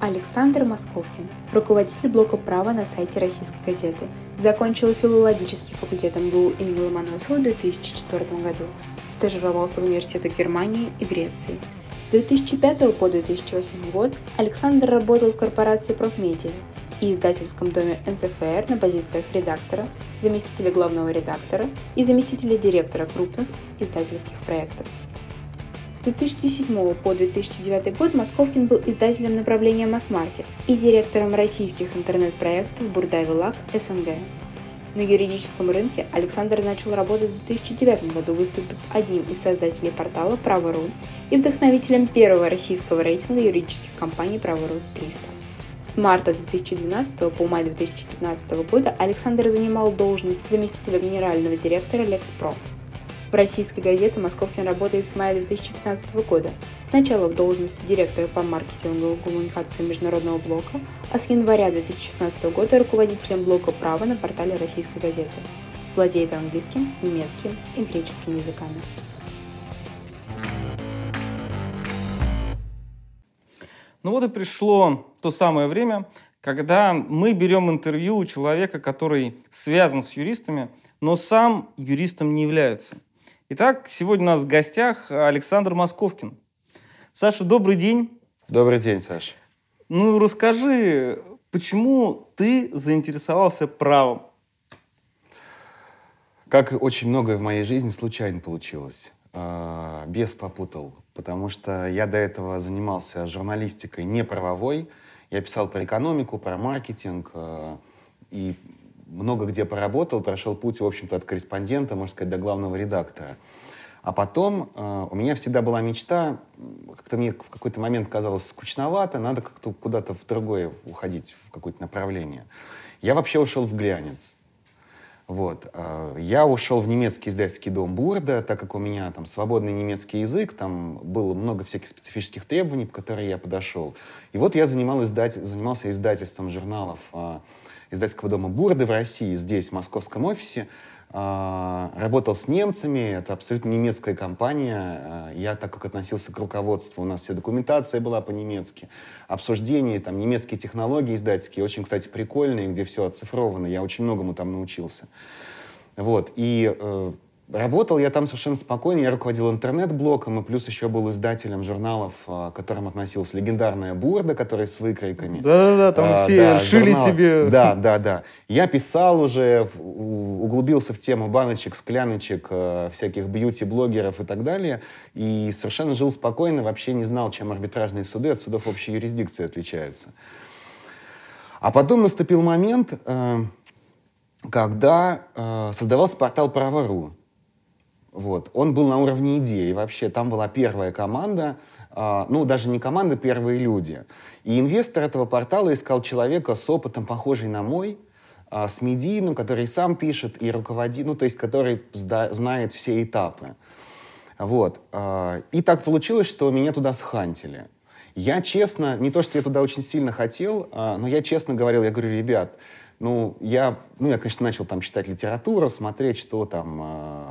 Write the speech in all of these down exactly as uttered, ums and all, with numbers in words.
Александр Московкин, руководитель блока права на сайте «Российской газеты», закончил филологический факультет эм гэ у имени Ломоносова в две тысячи четвёртом году, стажировался в университетах Германии и Греции. С две тысячи пятого по две тысячи восьмой год Александр работал в корпорации «Профмедиа» и издательском доме эн эс эф эр на позициях редактора, заместителя главного редактора и заместителя директора крупных издательских проектов. С две тысячи седьмого по две тысячи девятый год Московкин был издателем направления «Масс-маркет» и директором российских интернет-проектов «Бурда-Вилак» эс эн гэ. На юридическом рынке Александр начал работать в две тысячи девятом году, выступив одним из создателей портала «Право точка ру» и вдохновителем первого российского рейтинга юридических компаний «Право точка ру триста». С марта две тысячи двенадцатого по май две тысячи пятнадцатого года Александр занимал должность заместителя генерального директора «Лекс.Про». В «Российской газете» Московкин работает с мая две тысячи пятнадцатого года, сначала в должности директора по маркетингу и коммуникации международного блока, а с января две тысячи шестнадцатого года руководителем блока права на портале «Российской газеты». Владеет английским, немецким и греческим языками. Ну вот и пришло то самое время, когда мы берем интервью у человека, который связан с юристами, но сам юристом не является. Итак, сегодня у нас в гостях Александр Московкин. Саша, добрый день. Добрый день, Саша. Ну, расскажи, почему ты заинтересовался правом? Как очень многое в моей жизни случайно получилось. Бес попутал, потому что я до этого занимался журналистикой не правовой. Я писал про экономику, про маркетинг и много где поработал, прошел путь, в общем-то, от корреспондента, можно сказать, до главного редактора. А потом э, у меня всегда была мечта, как-то мне в какой-то момент казалось скучновато, надо как-то куда-то в другое уходить, в какое-то направление. Я вообще ушел в глянец. Вот. Э, я ушел в немецкий издательский дом «Бурда», так как у меня там свободный немецкий язык, там было много всяких специфических требований, по которым я подошел. И вот я занимал издатель, занимался издательством журналов э, издательского дома «Бурда» в России, здесь, в московском офисе. Работал с немцами, это абсолютно немецкая компания. Я, так как относился к руководству, у нас вся документация была по-немецки, обсуждения, там, немецкие технологии издательские, очень, кстати, прикольные, где все оцифровано, я очень многому там научился. Вот, и э, работал я там совершенно спокойно, я руководил интернет-блоком, и плюс еще был издателем журналов, к которым относилась легендарная «Бурда», которая с выкройками. Да-да-да, там а, все да, шили журналы. себе... Да, да, да. Я писал уже, углубился в тему баночек, скляночек, всяких бьюти-блогеров и так далее, и совершенно жил спокойно, вообще не знал, чем арбитражные суды от судов общей юрисдикции отличаются. А потом наступил момент, когда создавался портал «Право точка ру». Вот. Он был на уровне идеи. Вообще, там была первая команда, э, ну, даже не команда, первые люди. И инвестор этого портала искал человека с опытом, похожий на мой, э, с медийным, который сам пишет и руководит, ну, то есть, который сда- знает все этапы. Вот. Э, и так получилось, что меня туда схантили. Я честно, не то, что я туда очень сильно хотел, э, но я честно говорил, я говорю, ребят, ну, я, ну, я, конечно, начал там читать литературу, смотреть, что там... Э,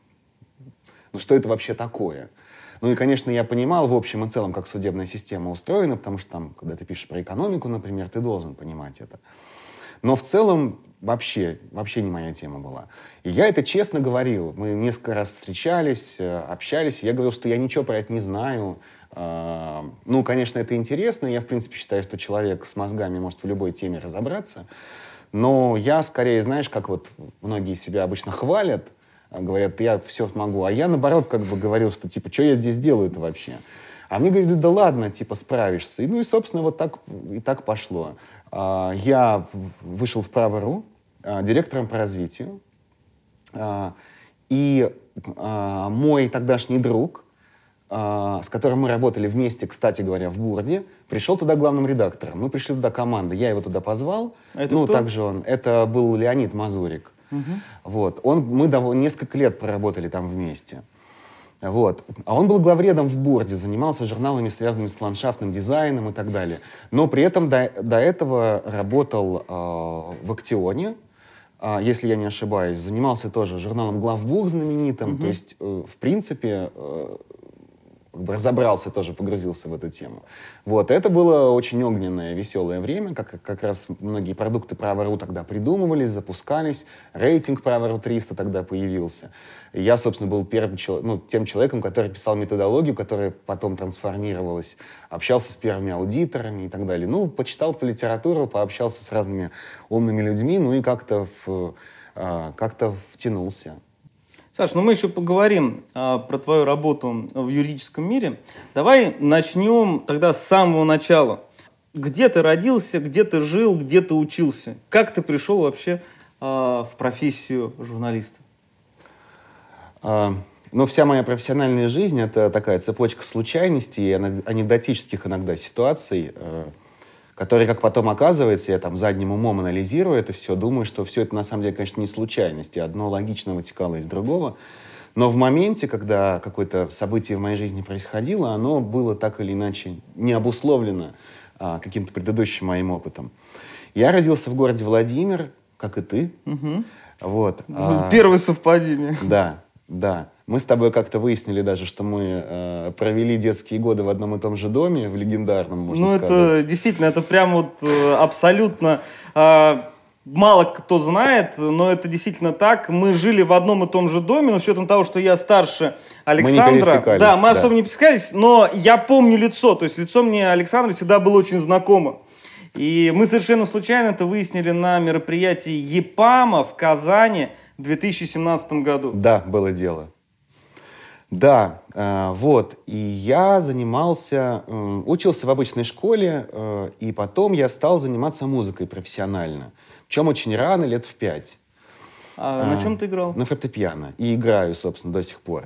Ну, что это вообще такое? Ну и, конечно, я понимал в общем и целом, как судебная система устроена, потому что там, когда ты пишешь про экономику, например, ты должен понимать это. Но в целом вообще, вообще не моя тема была. И я это честно говорил. Мы несколько раз встречались, общались. Я говорил, что я ничего про это не знаю. Ну, конечно, это интересно. Я, в принципе, считаю, что человек с мозгами может в любой теме разобраться. Но я скорее, знаешь, как вот многие себя обычно хвалят, говорят, я все могу. А я, наоборот, как бы говорил, что, типа, что я здесь делаю-то вообще? А мне говорили, да ладно, типа, справишься. И, ну и, собственно, вот так и так пошло. Я вышел в «Право точка ру» директором по развитию. И мой тогдашний друг, с которым мы работали вместе, кстати говоря, в «Бурде», пришел туда главным редактором. Мы пришли туда командой. Я его туда позвал. Это ну, кто? также он. Это был Леонид Мазурик. Угу. Вот. Он, мы довольно, несколько лет проработали там вместе. Вот. А он был главредом в «Бурде», занимался журналами, связанными с ландшафтным дизайном и так далее. Но при этом до, до этого работал э, в «Актионе», э, если я не ошибаюсь, занимался тоже журналом «Главбух» знаменитым. Угу. То есть, э, в принципе, э, как бы разобрался тоже, погрузился в эту тему. Вот, это было очень огненное, веселое время, как, как раз многие продукты Право.ру тогда придумывались, запускались, рейтинг Право.ру триста тогда появился. И я, собственно, был первым, ну, тем человеком, который писал методологию, которая потом трансформировалась, общался с первыми аудиторами и так далее. Ну, почитал по литературу, пообщался с разными умными людьми, ну и как-то в, как-то втянулся. Саш, ну мы еще поговорим а, про твою работу в юридическом мире. Давай начнем тогда с самого начала. Где ты родился, где ты жил, где ты учился? Как ты пришел вообще а, в профессию журналиста? А, ну, вся моя профессиональная жизнь — это такая цепочка случайностей и анекдотических иногда ситуаций, которые, как потом оказывается, я там задним умом анализирую это все, думаю, что все это на самом деле, конечно, не случайность, и одно логично вытекало из другого. Но в моменте, когда какое-то событие в моей жизни происходило, оно было так или иначе не обусловлено а, каким-то предыдущим моим опытом. Я родился в городе Владимир, как и ты. Угу. Вот. Первое совпадение. Да, да. Мы с тобой как-то выяснили даже, что мы э, провели детские годы в одном и том же доме, в легендарном, можно ну, сказать. Ну, это действительно, это прям вот э, абсолютно... Э, мало кто знает, но это действительно так. Мы жили в одном и том же доме, но с учетом того, что я старше Александра... Мы не пересекались. Да, мы да. особо не пересекались, но я помню лицо. То есть лицо мне Александра всегда было очень знакомо. И мы совершенно случайно это выяснили на мероприятии ЕПАМа в Казани в две тысячи семнадцатом году. Да, было дело. Да, э, вот, и я занимался, э, учился в обычной школе, э, и потом я стал заниматься музыкой профессионально. Причем очень рано, лет в пять. А, а на чем ты играл? На фортепиано. И играю, собственно, до сих пор.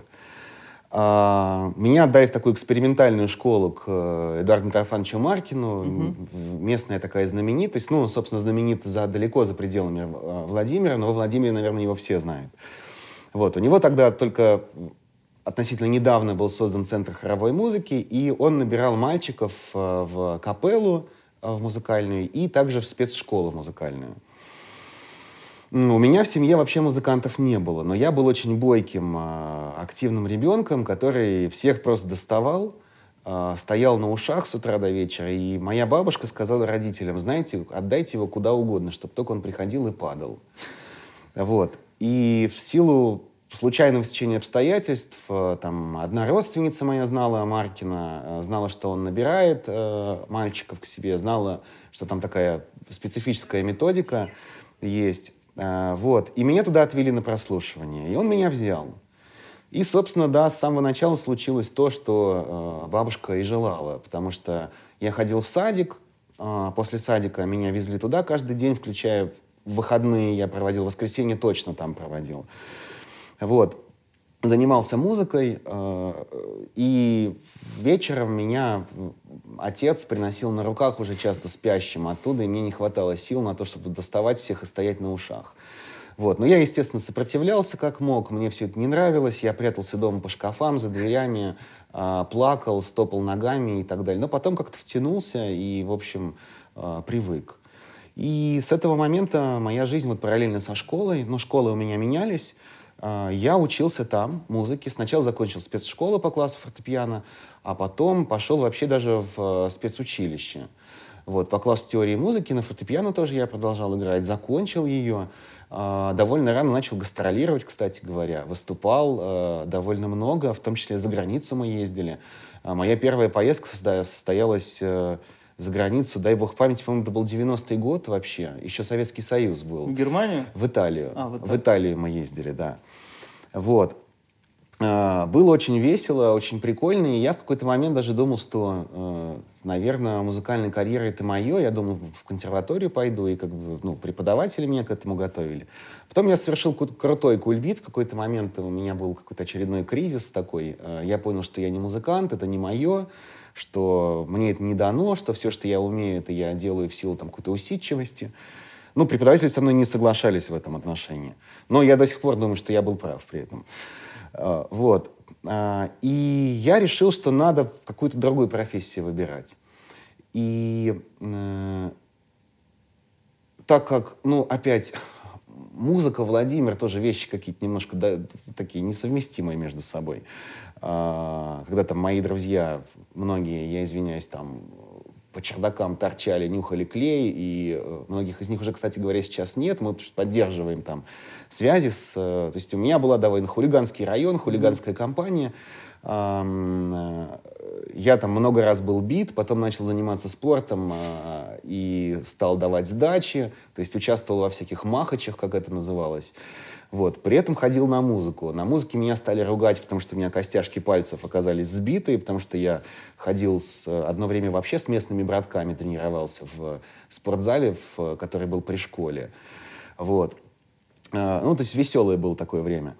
А, меня отдали в такую экспериментальную школу к Эдуарду Митрофановичу Маркину, угу. местная такая знаменитость. Ну, собственно, знаменита за, далеко за пределами Владимира, но во Владимире, наверное, его все знают. Вот, у него тогда только... Относительно недавно был создан Центр хоровой музыки, и он набирал мальчиков в капеллу в музыкальную и также в спецшколу музыкальную. У меня в семье вообще музыкантов не было, но я был очень бойким, активным ребенком, который всех просто доставал, стоял на ушах с утра до вечера. И моя бабушка сказала родителям: знаете, отдайте его куда угодно, чтобы только он приходил и падал. Вот. И в силу случайного стечения обстоятельств, там, одна родственница моя знала Маркина, знала, что он набирает э, мальчиков к себе, знала, что там такая специфическая методика есть. Э, вот. И меня туда отвели на прослушивание. И он меня взял. И, собственно, да, с самого начала случилось то, что э, бабушка и желала. Потому что я ходил в садик, э, после садика меня везли туда каждый день, включая выходные я проводил, воскресенье точно там проводил. Вот. Занимался музыкой, э, и вечером меня отец приносил на руках уже часто спящим оттуда, и мне не хватало сил на то, чтобы доставать всех и стоять на ушах. Вот. Но я, естественно, сопротивлялся как мог, мне все это не нравилось, я прятался дома по шкафам, за дверями, э, плакал, стопал ногами и так далее. Но потом как-то втянулся и, в общем, э, привык. И с этого момента моя жизнь вот параллельно со школой, ну, школы у меня менялись. Я учился там музыке. Сначала закончил спецшколу по классу фортепиано, а потом пошел вообще даже в спецучилище. Вот, по классу теории музыки на фортепиано тоже я продолжал играть. Закончил ее. Довольно рано начал гастролировать, кстати говоря. Выступал довольно много, в том числе за границу мы ездили. Моя первая поездка состоялась за границу, дай бог памяти, по-моему, это был девяностый год вообще. Еще Советский Союз был. В Германию? В Италию. А, в Италию. В Италию мы ездили, да. Вот. А, было очень весело, очень прикольно. И я в какой-то момент даже думал, что, э, наверное, музыкальная карьера — это мое. Я думал, в консерваторию пойду, и как бы, ну, преподаватели меня к этому готовили. Потом я совершил крутой кульбит. В какой-то момент у меня был какой-то очередной кризис такой. Я понял, что я не музыкант, это не мое, что мне это не дано, что все, что я умею, это я делаю в силу там какой-то усидчивости. Ну, преподаватели со мной не соглашались в этом отношении. Но я до сих пор думаю, что я был прав при этом. Вот. И я решил, что надо какую-то другую профессию выбирать. И э, так как, ну, опять, музыка, Владимир, тоже вещи какие-то немножко да, такие несовместимые между собой. А, когда там мои друзья, многие, я извиняюсь, там по чердакам торчали, нюхали клей, и многих из них уже, кстати говоря, сейчас нет. Мы поддерживаем там связи с... То есть у меня была довольно хулиганский район, хулиганская mm-hmm. компания. Я там много раз был бит, потом начал заниматься спортом и стал давать сдачи, то есть участвовал во всяких махачах, как это называлось. Вот. При этом ходил на музыку. На музыке меня стали ругать, потому что у меня костяшки пальцев оказались сбитые, потому что я ходил с, одно время вообще с местными братками, тренировался в спортзале, в, который был при школе. Вот. Ну, то есть веселое было такое время.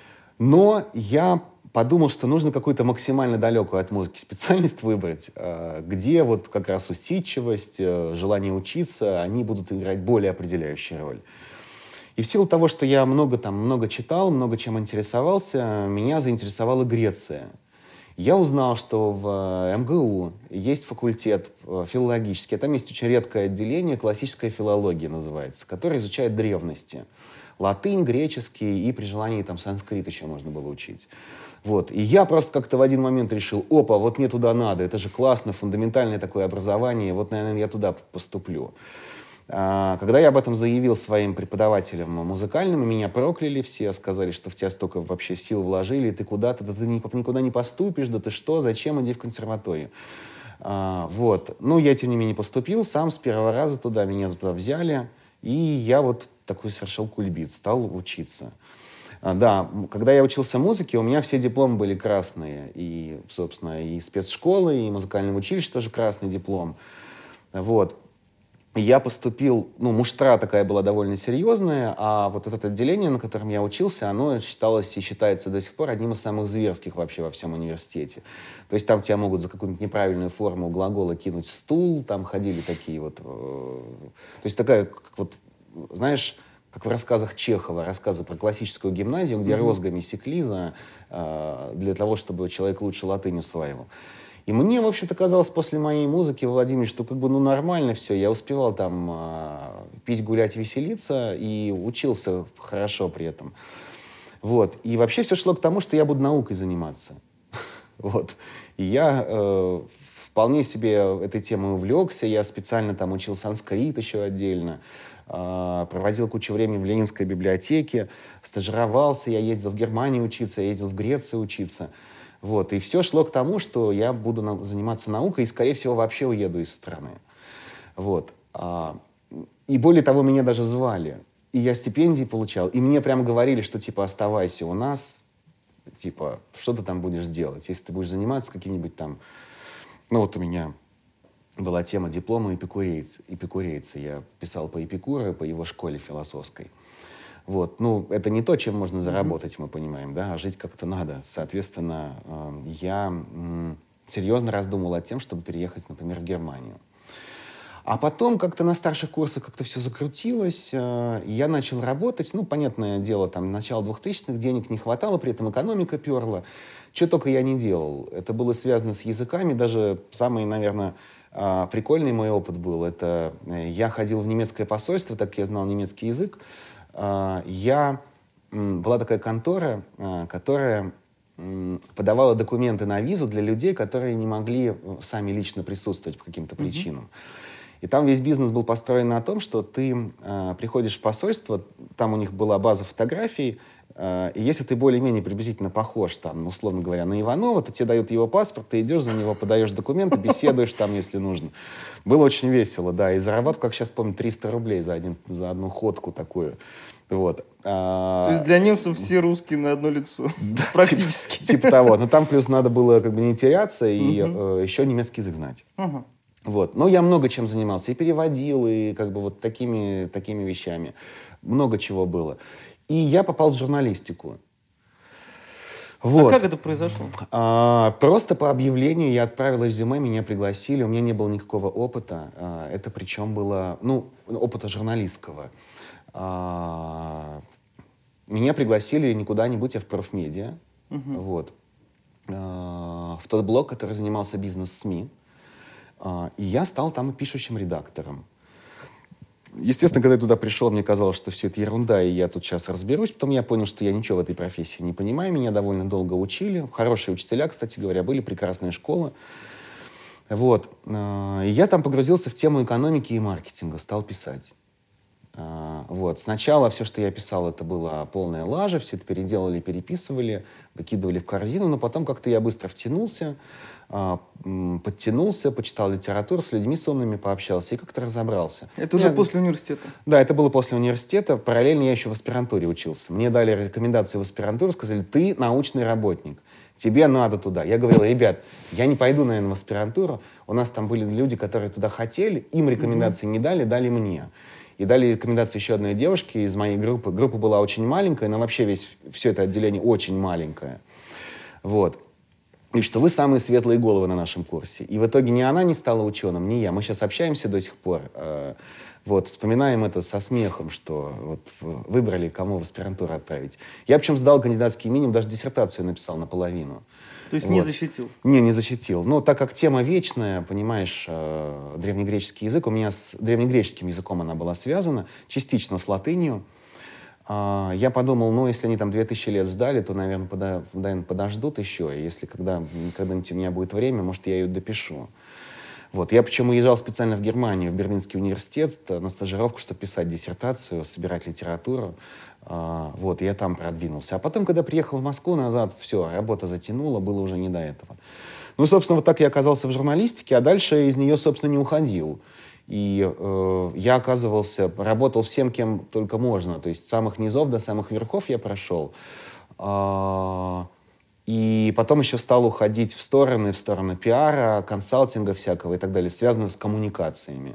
Но я подумал, что нужно какую-то максимально далекую от музыки специальность выбрать, где вот как раз усидчивость, желание учиться, они будут играть более определяющую роль. И в силу того, что я много там, много читал, много чем интересовался, меня заинтересовала Греция. Я узнал, что в эм гэ у есть факультет филологический, а там есть очень редкое отделение, классическая филология называется, которое изучает древности. Латынь, греческий и при желании там санскрит еще можно было учить. Вот. И я просто как-то в один момент решил, опа, вот мне туда надо, это же классно, фундаментальное такое образование, вот, наверное, я туда поступлю. А, когда я об этом заявил своим преподавателям музыкальным, меня прокляли все, сказали, что в тебя столько вообще сил вложили, ты куда-то, да ты никуда не поступишь, да ты что, зачем, иди в консерваторию. А, вот. Ну, я, тем не менее, поступил сам с первого раза туда, меня туда взяли, и я вот такой совершил кульбит, стал учиться. А, да, когда я учился музыке, у меня все дипломы были красные. И, собственно, и спецшколы, и музыкальное училище тоже красный диплом. Вот. И я поступил, ну, муштра такая была довольно серьезная, а вот это отделение, на котором я учился, оно считалось и считается до сих пор одним из самых зверских вообще во всем университете. То есть там тебя могут за какую-нибудь неправильную форму глагола кинуть стул, там ходили такие вот... То есть такая, как вот, знаешь... как в рассказах Чехова, рассказы про классическую гимназию, где mm-hmm. розгами секли за, э, для того, чтобы человек лучше латынь усваивал. И мне, в общем-то, казалось после моей музыки, Владимир, что как бы ну нормально все. Я успевал там э, пить, гулять, веселиться и учился хорошо при этом. Вот. И вообще все шло к тому, что я буду наукой заниматься. Вот. И я э, вполне себе этой темой увлекся. Я специально там учил санскрит еще отдельно. Проводил кучу времени в Ленинской библиотеке, стажировался, я ездил в Германию учиться, я ездил в Грецию учиться. Вот. И все шло к тому, что я буду на- заниматься наукой и, скорее всего, вообще уеду из страны. Вот. И более того, меня даже звали. И я стипендии получал. И мне прямо говорили, что типа оставайся у нас, типа что ты там будешь делать, если ты будешь заниматься каким-нибудь там... Ну вот у меня... была тема диплома эпикурейца. эпикурейца. Я писал по Эпикуру, по его школе философской. Вот. Ну, это не то, чем можно заработать, mm-hmm. мы понимаем, да, а жить как-то надо. Соответственно, я м, серьезно раздумывал над тем, чтобы переехать, например, в Германию. А потом как-то на старших курсах как-то все закрутилось, э, я начал работать. Ну, понятное дело, там, начало двухтысячных, денег не хватало, при этом экономика перла. Что только я не делал. Это было связано с языками, даже самый, наверное, прикольный мой опыт был. Это я ходил в немецкое посольство, так как я знал немецкий язык. Я... Была такая контора, которая подавала документы на визу для людей, которые не могли сами лично присутствовать по каким-то mm-hmm. причинам. И там весь бизнес был построен на том, что ты э, приходишь в посольство, там у них была база фотографий, э, и если ты более-менее приблизительно похож, там, условно говоря, на Иванова, то тебе дают его паспорт, ты идешь за него, подаешь документы, беседуешь там, если нужно. Было очень весело, да, и зарабатывал, как сейчас помню, триста рублей за, один, за одну ходку такую. Вот. А... То есть для немцев все русские на одно лицо? Да, практически. Типа, типа того. Но там плюс надо было как бы не теряться и uh-huh. э, еще немецкий язык знать. Uh-huh. Вот. Но я много чем занимался. И переводил, и как бы вот такими, такими вещами. Много чего было. И я попал в журналистику. Вот. А как это произошло? А, просто по объявлению я отправил резюме, меня пригласили. У меня не было никакого опыта. А, это причем было, ну, опыта журналистского. А, меня пригласили не куда-нибудь, а в профмедиа. Uh-huh. Вот. А, в тот блок, который занимался бизнес-СМИ. И я стал там пишущим редактором. Естественно, когда я туда пришел, мне казалось, что все это ерунда, и я тут сейчас разберусь. Потом я понял, что я ничего в этой профессии не понимаю. Меня довольно долго учили. Хорошие учителя, кстати говоря, были, прекрасные школы. Вот. И я там погрузился в тему экономики и маркетинга, стал писать. Вот. Сначала все, что я писал, это была полная лажа, все это переделали, переписывали, выкидывали в корзину, но потом как-то я быстро втянулся, подтянулся, почитал литературу, с людьми с умными пообщался и как-то разобрался. Это уже я... после университета? Да, это было после университета. Параллельно я еще в аспирантуре учился. Мне дали рекомендацию в аспирантуру, сказали, ты научный работник, тебе надо туда. Я говорил, ребят, я не пойду, наверное, в аспирантуру. У нас там были люди, которые туда хотели, им рекомендации mm-hmm. не дали, дали мне. И дали рекомендацию еще одной девушке из моей группы. Группа была очень маленькая, но вообще весь, все это отделение очень маленькое. Вот. И что вы самые светлые головы на нашем курсе. И в итоге ни она не стала ученым, ни я. Мы сейчас общаемся до сих пор. Э, вот, вспоминаем это со смехом, что вот выбрали, кому в аспирантуру отправить. Я, причем, сдал кандидатский минимум, даже диссертацию написал наполовину. То есть вот. не защитил? Не, не защитил. Но так как тема вечная, понимаешь, э, древнегреческий язык, у меня с древнегреческим языком она была связана, частично с латынью. Uh, я подумал, ну, если они там две тысячи лет ждали, то, наверное, подо, наверное, подождут еще. И если когда, когда-нибудь у меня будет время, может, я ее допишу. Вот. Я почему уезжал специально в Германию, в Берлинский университет, на стажировку, чтобы писать диссертацию, собирать литературу. Uh, вот, и я там продвинулся. А потом, когда приехал в Москву назад, все, работа затянула, было уже не до этого. Ну, собственно, вот так я оказался в журналистике, а дальше из нее, собственно, не уходил. И э, я оказывался, работал всем, кем только можно. То есть с самых низов до самых верхов я прошел. А, и потом еще стал уходить в стороны, в сторону пиара, консалтинга всякого и так далее, связанного с коммуникациями.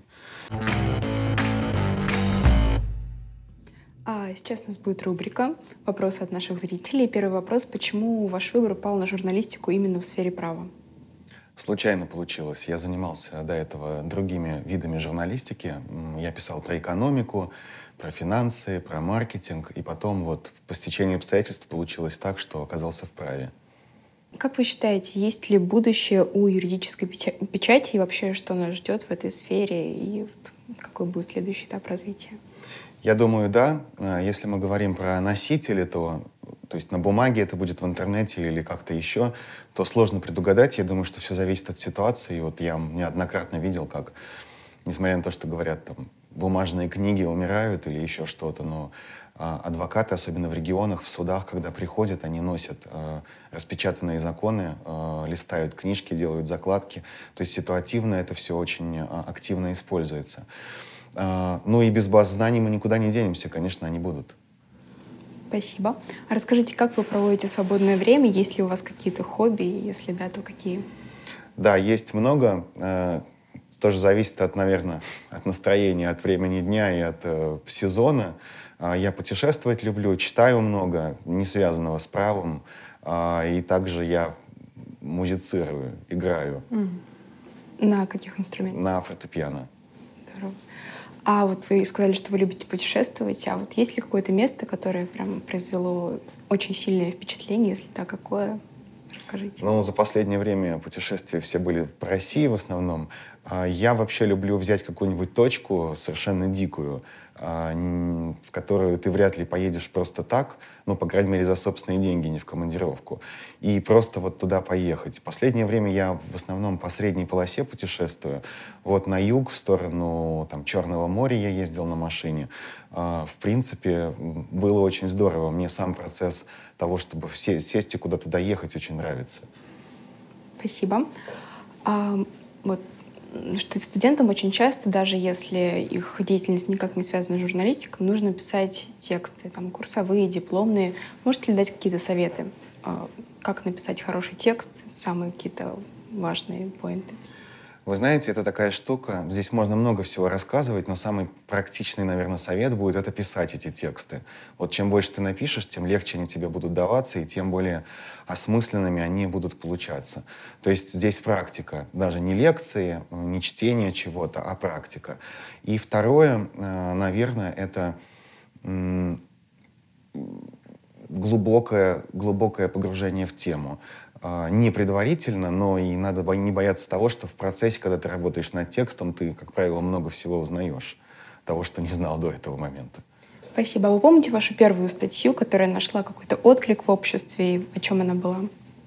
А сейчас у нас будет рубрика «Вопросы от наших зрителей». Первый вопрос. Почему ваш выбор пал на журналистику именно в сфере права? Случайно получилось. Я занимался до этого другими видами журналистики. Я писал про экономику, про финансы, про маркетинг. И потом вот по стечению обстоятельств получилось так, что оказался в праве. Как вы считаете, есть ли будущее у юридической печати и вообще, что нас ждет в этой сфере и вот какой будет следующий этап развития? Я думаю, да. Если мы говорим про носители, то, то есть на бумаге это будет в интернете или как-то еще, то сложно предугадать. Я думаю, что все зависит от ситуации. Вот я неоднократно видел, как, несмотря на то, что говорят, там, бумажные книги умирают или еще что-то, но а, адвокаты, особенно в регионах, в судах, когда приходят, они носят а, распечатанные законы, а, листают книжки, делают закладки. То есть ситуативно это все очень а, активно используется. Uh, ну и без баз знаний мы никуда не денемся, конечно, они будут. Спасибо. А расскажите, как вы проводите свободное время? Есть ли у вас какие-то хобби? Если да, то какие? Да, есть много. Uh, тоже зависит от, наверное, от настроения, от времени дня и от uh, сезона. Uh, я путешествовать люблю, читаю много, не связанного с правом. Uh, и также я музицирую, играю. Mm. На каких инструментах? На фортепиано. Здорово. А вот вы сказали, что вы любите путешествовать, а вот есть ли какое-то место, которое прям произвело очень сильное впечатление? Если да, какое? Расскажите. Ну, за последнее время путешествия все были по России в основном. Я вообще люблю взять какую-нибудь точку совершенно дикую, в которую ты вряд ли поедешь просто так, ну, по крайней мере, за собственные деньги, не в командировку, и просто вот туда поехать. В последнее время я в основном по средней полосе путешествую. Вот на юг, в сторону там, Черного моря я ездил на машине. В принципе, было очень здорово. Мне сам процесс того, чтобы сесть и куда-то доехать, очень нравится. Спасибо. А, вот что студентам очень часто, даже если их деятельность никак не связана с журналистикой, нужно писать тексты, там, курсовые, дипломные. Можете ли дать какие-то советы, как написать хороший текст, самые какие-то важные поинты? Вы знаете, это такая штука, здесь можно много всего рассказывать, но самый практичный, наверное, совет будет — это писать эти тексты. Вот чем больше ты напишешь, тем легче они тебе будут даваться, и тем более осмысленными они будут получаться. То есть здесь практика, даже не лекции, не чтение чего-то, а практика. И второе, наверное, это глубокое, глубокое погружение в тему. Не предварительно, но и надо не бояться того, что в процессе, когда ты работаешь над текстом, ты, как правило, много всего узнаешь. того, что не знал до этого момента. Спасибо. А вы помните вашу первую статью, которая нашла какой-то отклик в обществе, и о чем она была?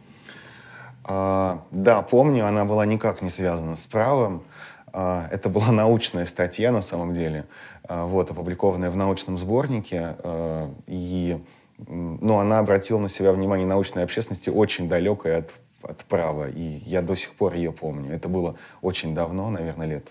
А, да, помню, она была никак не связана с правом. А, это была научная статья на самом деле, а, вот, опубликованная в научном сборнике. А, и ну, она обратила на себя внимание научной общественности очень далекой от, от права. И я до сих пор ее помню. Это было очень давно, наверное, лет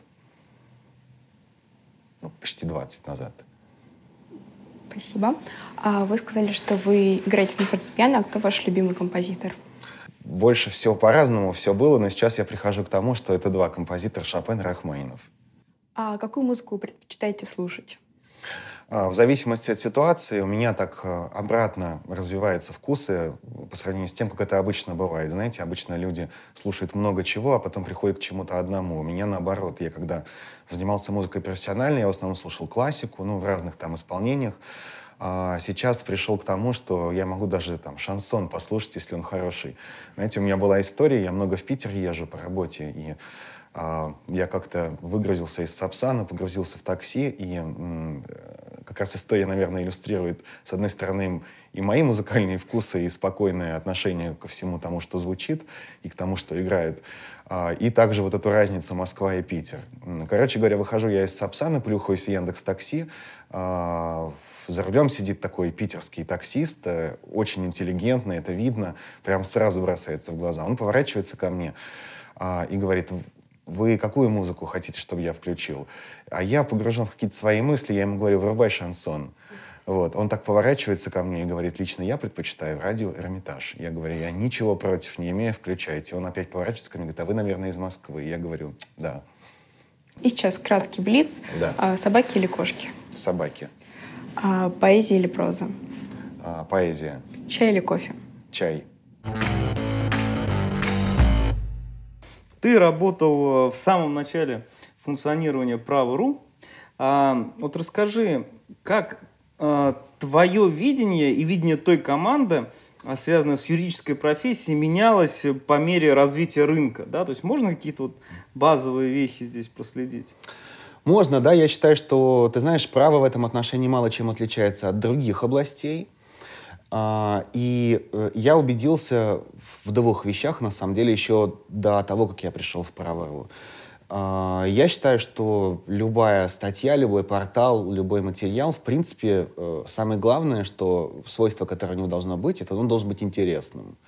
ну, почти двадцать назад. Спасибо. А вы сказали, что вы играете на фортепиано. А кто ваш любимый композитор? Больше всего по-разному все было, но сейчас я прихожу к тому, что это два композитора — Шопен и Рахманинов. А какую музыку вы предпочитаете слушать? В зависимости от ситуации у меня так обратно развиваются вкусы по сравнению с тем, как это обычно бывает. Знаете, обычно люди слушают много чего, а потом приходят к чему-то одному. У меня наоборот. Я когда занимался музыкой профессионально, я в основном слушал классику, ну, в разных там исполнениях. А сейчас пришел к тому, что я могу даже там шансон послушать, если он хороший. Знаете, у меня была история, я много в Питер езжу по работе, и а, я как-то выгрузился из Сапсана, погрузился в такси, и м, как раз история, наверное, иллюстрирует, с одной стороны, и мои музыкальные вкусы, и спокойное отношение ко всему тому, что звучит, и к тому, что играют. А, и также вот эту разницу Москва и Питер. Короче говоря, выхожу я из Сапсана, плюхаюсь в Яндекс.Такси, а, за рулем сидит такой питерский таксист, очень интеллигентный, это видно, прям сразу бросается в глаза. Он поворачивается ко мне а, и говорит: вы какую музыку хотите, чтобы я включил? А я погружен в какие-то свои мысли, я ему говорю: вырубай шансон. Вот. Он так поворачивается ко мне и говорит: лично я предпочитаю радио Эрмитаж. Я говорю: я ничего против не имею, включайте. Он опять поворачивается ко мне и говорит: а вы, наверное, из Москвы. Я говорю: да. И сейчас краткий блиц. Да. А, собаки или кошки? Собаки. А, поэзия или проза? А, поэзия. Чай или кофе? Чай. Ты работал в самом начале функционирования Право.ру. А, вот расскажи, как а, твое видение и видение той команды, а, связанное с юридической профессией, менялось по мере развития рынка? Да? То есть можно какие-то вот базовые вещи здесь проследить? Можно, да. Я считаю, что, ты знаешь, право в этом отношении мало чем отличается от других областей. И я убедился в двух вещах, на самом деле, еще до того, как я пришел в Право.ру. Я считаю, что любая статья, любой портал, любой материал, в принципе, самое главное, что свойство, которое у него должно быть, это он должен быть интересным.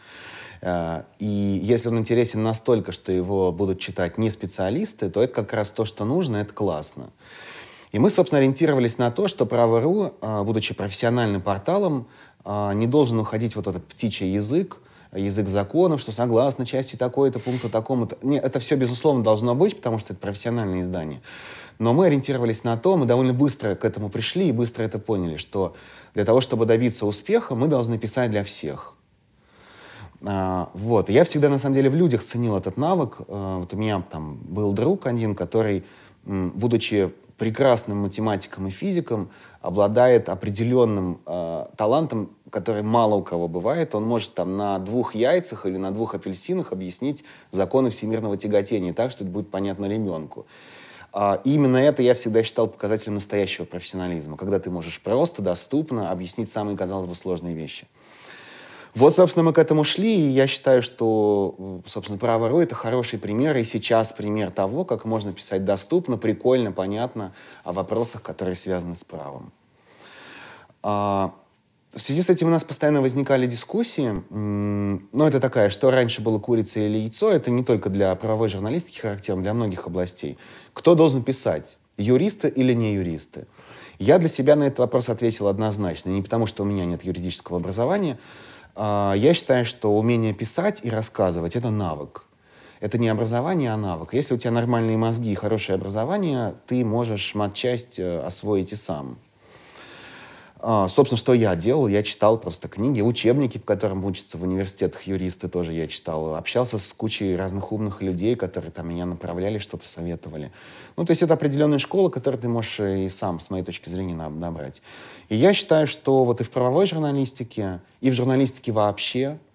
И если он интересен настолько, что его будут читать не специалисты, то это как раз то, что нужно, это классно. И мы, собственно, ориентировались на то, что Право.ру, будучи профессиональным порталом, не должен уходить вот этот птичий язык, язык законов, что согласно части такой-то, пункту такому-то. Нет, это все, безусловно, должно быть, потому что это профессиональное издание. Но мы ориентировались на то, мы довольно быстро к этому пришли и быстро это поняли, что для того, чтобы добиться успеха, мы должны писать для всех. А, вот. И я всегда, на самом деле, в людях ценил этот навык. А, вот у меня там был друг один, который, м, будучи прекрасным математиком и физиком, обладает определенным э, талантом, который мало у кого бывает. Он может там на двух яйцах или на двух апельсинах объяснить законы всемирного тяготения так, что это будет понятно ребенку. А, и именно это я всегда считал показателем настоящего профессионализма, когда ты можешь просто, доступно объяснить самые, казалось бы, сложные вещи. Вот, собственно, мы к этому шли, и я считаю, что, собственно, Право.ру — это хороший пример, и сейчас пример того, как можно писать доступно, прикольно, понятно о вопросах, которые связаны с правом. А, в связи с этим у нас постоянно возникали дискуссии, но это такая, что раньше было, курица или яйцо, это не только для правовой журналистики характерно, для многих областей. Кто должен писать, юристы или не юристы? Я для себя на этот вопрос ответил однозначно, не потому, что у меня нет юридического образования. Я считаю, что умение писать и рассказывать — это навык. Это не образование, а навык. Если у тебя нормальные мозги и хорошее образование, ты можешь матчасть освоить и сам. Собственно, что я делал? Я читал просто книги, учебники, по которым учатся в университетах юристы, тоже я читал. Общался с кучей разных умных людей, которые там меня направляли, что-то советовали. Ну, то есть это определенная школа, которую ты можешь и сам, с моей точки зрения, набрать. И я считаю, что вот и в правовой журналистике, и в журналистике вообще,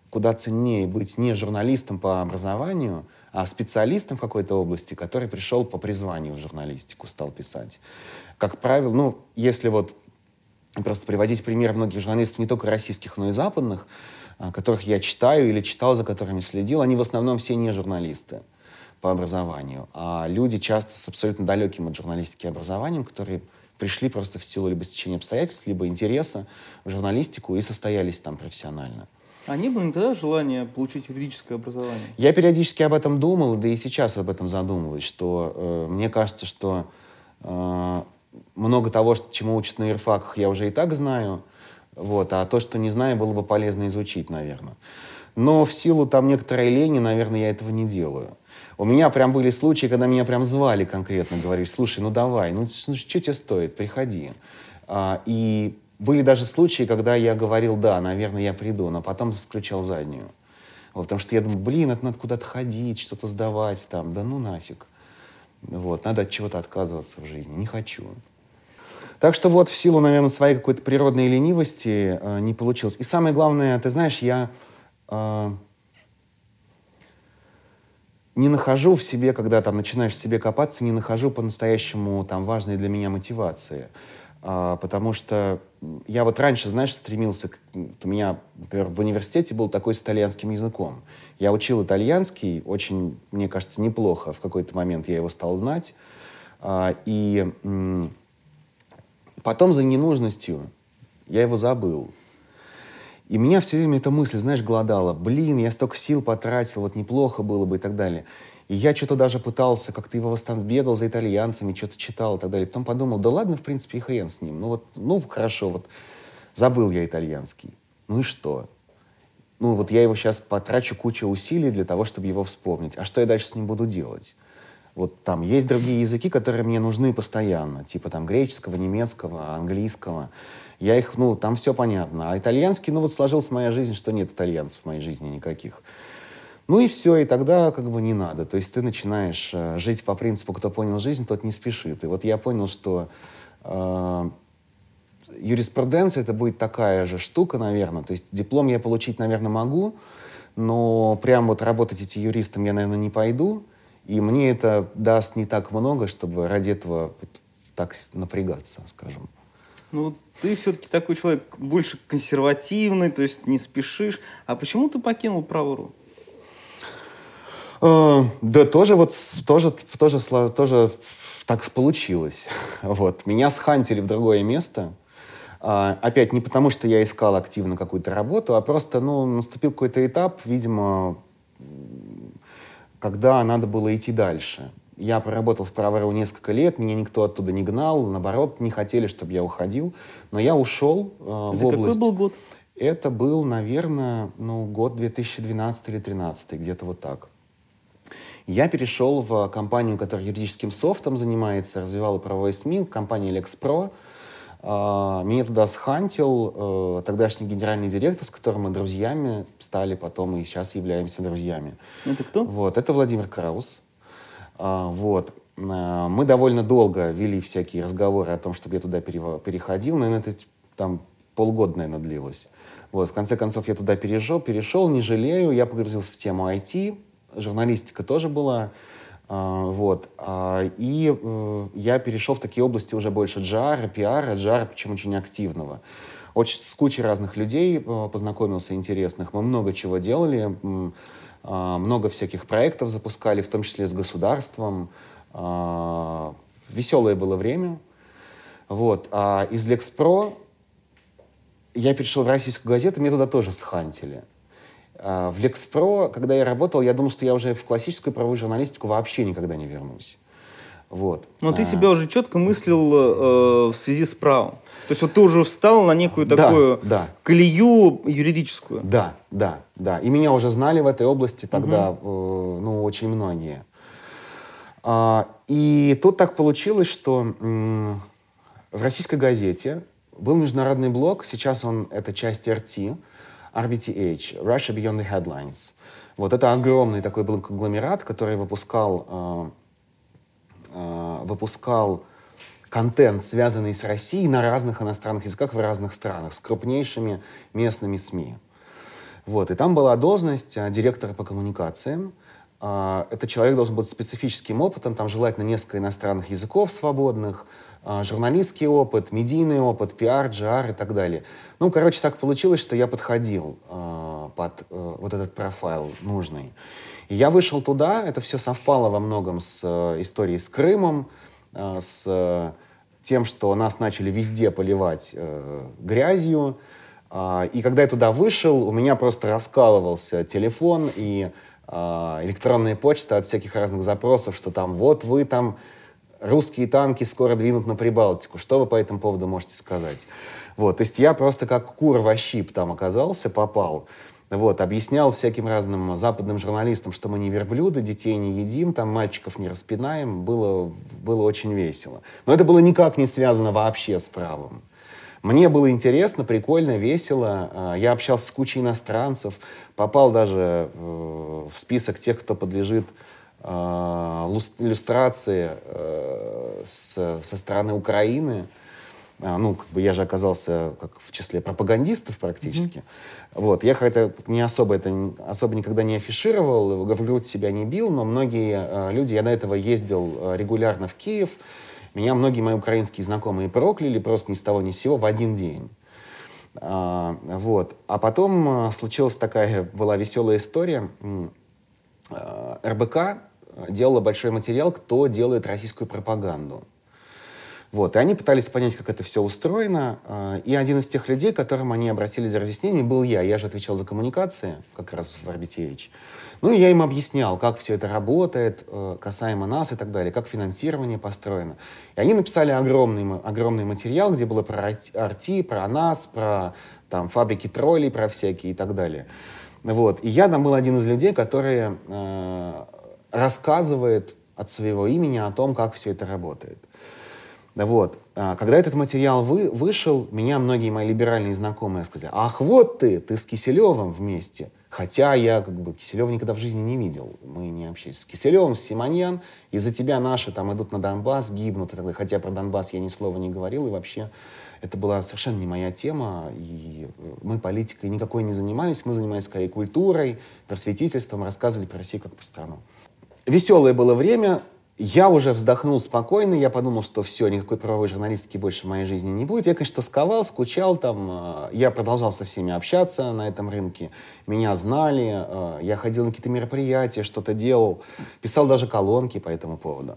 куда ценнее быть не журналистом по образованию, а специалистом в какой-то области, который пришел по призванию в журналистику, стал писать. Как правило, ну, если вот просто приводить пример многих журналистов, не только российских, но и западных, которых я читаю или читал, за которыми следил, они в основном все не журналисты по образованию, а люди часто с абсолютно далеким от журналистики образованием, которые пришли просто в силу либо стечения обстоятельств, либо интереса в журналистику и состоялись там профессионально. А не было никогда желания получить юридическое образование? Я периодически об этом думал, да и сейчас об этом задумываюсь, что э, мне кажется, что э, много того, что, чему учат на юрфаках, я уже и так знаю, вот, а то, что не знаю, было бы полезно изучить, наверное. Но в силу там некоторой лени, наверное, я этого не делаю. У меня прям были случаи, когда меня прям звали конкретно, говоришь, слушай, ну давай, ну, ну что тебе стоит, приходи. А, и были даже случаи, когда я говорил, да, наверное, я приду, но потом включал заднюю. Вот, потому что я думаю, блин, это надо куда-то ходить, что-то сдавать там, да ну нафиг. Вот, надо от чего-то отказываться в жизни, не хочу. Так что вот в силу, наверное, своей какой-то природной ленивости э, не получилось. И самое главное, ты знаешь, я э, не нахожу в себе, когда там начинаешь в себе копаться, не нахожу по-настоящему там важной для меня мотивации. Э, потому что я вот раньше, знаешь, стремился... К, у меня, например, в университете был такой с итальянским языком. Я учил итальянский, очень, мне кажется, неплохо. В какой-то момент я его стал знать. Э, и... Э, Потом за ненужностью я его забыл. И меня все время эта мысль, знаешь, голодала. Блин, я столько сил потратил, вот неплохо было бы и так далее. И я что-то даже пытался, как-то его восстановить, бегал за итальянцами, что-то читал и так далее. Потом подумал, да ладно, в принципе, и хрен с ним. Ну вот, ну хорошо, вот забыл я итальянский. Ну и что? Ну вот я его сейчас потрачу кучу усилий для того, чтобы его вспомнить. А что я дальше с ним буду делать? Вот там есть другие языки, которые мне нужны постоянно, типа там греческого, немецкого, английского. Я их, ну, там все понятно. А итальянский, ну вот сложилась моя жизнь, что нет итальянцев в моей жизни никаких. Ну и все, и тогда как бы не надо. То есть ты начинаешь э, жить по принципу, кто понял жизнь, тот не спешит. И вот я понял, что э, юриспруденция это будет такая же штука, наверное. То есть диплом я получить, наверное, могу, но прям вот работать этим юристом я, наверное, не пойду. И мне это даст не так много, чтобы ради этого вот так напрягаться, скажем. Ну, ты все-таки такой человек больше консервативный, то есть не спешишь. А почему ты покинул Право.ру? Э, да тоже вот, тоже, тоже, тоже так получилось. Вот. Меня схантили в другое место. А, опять не потому, что я искал активно какую-то работу, а просто, ну, наступил какой-то этап, видимо, когда надо было идти дальше. Я проработал в Право.ру несколько лет, меня никто оттуда не гнал, наоборот, не хотели, чтобы я уходил. Но я ушел э, в область... Какой был год? Это был, наверное, ну, год две тысячи двенадцатый или две тысячи тринадцатый, где-то вот так. Я перешел в компанию, которая юридическим софтом занимается, развивала правовой СМИ, компания Lexpro. Uh, меня туда схантил uh, тогдашний генеральный директор, с которым мы друзьями стали потом и сейчас являемся друзьями. Это кто? Вот, это Владимир Краус. Uh, вот. Uh, мы довольно долго вели всякие разговоры о том, чтобы я туда пере- переходил. Наверное, это там полгода, наверное, длилось. Вот. В конце концов, я туда перешел, перешел, не жалею. Я погрузился в тему ай ти. Журналистика тоже была. Uh, вот. Uh, и uh, я перешел в такие области уже больше джи ар, пиара, джи ар, причем очень активного. Очень, с кучей разных людей uh, познакомился, интересных. Мы много чего делали, uh, много всяких проектов запускали, в том числе с государством. Uh, веселое было время. Вот. Uh, из Lexpro я перешел в Российскую газету, меня туда тоже схантили. В Lexpro, когда я работал, я думал, что я уже в классическую правовую журналистику вообще никогда не вернусь. Вот. Но ты а... себя уже четко мыслил э, в связи с правом. То есть вот ты уже встал на некую такую да, да. колею юридическую. Да, да, да. И меня уже знали в этой области тогда, угу. э, ну, очень многие. А, и тут так получилось, что м- в Российской газете был международный блог, сейчас он, это часть эр ти, ар би ти эйч, Russia Beyond the Headlines. Вот это огромный такой был конгломерат, который выпускал, э, э, выпускал контент, связанный с Россией на разных иностранных языках в разных странах, с крупнейшими местными СМИ. Вот, и там была должность а, директора по коммуникациям. А, этот человек должен быть специфическим опытом, там желательно несколько иностранных языков свободных, а, журналистский опыт, медийный опыт, пиар, джи ар и так далее. Ну, короче, так получилось, что я подходил а, под а, вот этот профайл нужный. И я вышел туда, это все совпало во многом с а, историей с Крымом, а, с а, тем, что нас начали везде поливать а, грязью. И когда я туда вышел, у меня просто раскалывался телефон и э, электронная почта от всяких разных запросов, что там вот вы там, русские танки скоро двинут на Прибалтику. Что вы по этому поводу можете сказать? Вот, то есть я просто как кур во щип там оказался, попал. Вот, объяснял всяким разным западным журналистам, что мы не верблюды, детей не едим, там мальчиков не распинаем. Было, было очень весело. Но это было никак не связано вообще с правом. Мне было интересно, прикольно, весело. Я общался с кучей иностранцев, попал даже в список тех, кто подлежит иллюстрации со стороны Украины. Ну, как бы я же оказался как в числе пропагандистов практически. Mm-hmm. Вот. Я хотя не особо это особо никогда не афишировал, в грудь себя не бил, но многие люди, я до этого ездил регулярно в Киев, меня многие мои украинские знакомые прокляли просто ни с того ни с сего в один день. А, вот. А потом а, случилась такая, была веселая история. А, эр бэ ка делала большой материал, кто делает российскую пропаганду. Вот. И они пытались понять, как это все устроено. А, и один из тех людей, к которым они обратились за разъяснением, был я. Я же отвечал за коммуникации, как раз в эр би ти эйч. Ну, и я им объяснял, как все это работает, касаемо нас и так далее, как финансирование построено. И они написали огромный, огромный материал, где было про ар ти, про нас, про там, фабрики троллей, про всякие и так далее. Вот. И я там был один из людей, который э, рассказывает от своего имени о том, как все это работает. Вот. Когда этот материал вы, вышел, меня многие мои либеральные знакомые сказали: ах, вот ты, ты с Киселевым вместе. Хотя я как бы Киселева никогда в жизни не видел. Мы не общались с Киселевым, с Симоньян. Из-за тебя наши там идут на Донбасс, гибнут и так далее. Хотя про Донбасс я ни слова не говорил. И вообще это была совершенно не моя тема. И мы политикой никакой не занимались. Мы занимались скорее культурой, просветительством, рассказывали про Россию как про страну. Веселое было время. Я уже вздохнул спокойно, я подумал, что все, никакой правовой журналистики больше в моей жизни не будет. Я, конечно, тосковал, скучал там, я продолжал со всеми общаться на этом рынке, меня знали, я ходил на какие-то мероприятия, что-то делал, писал даже колонки по этому поводу.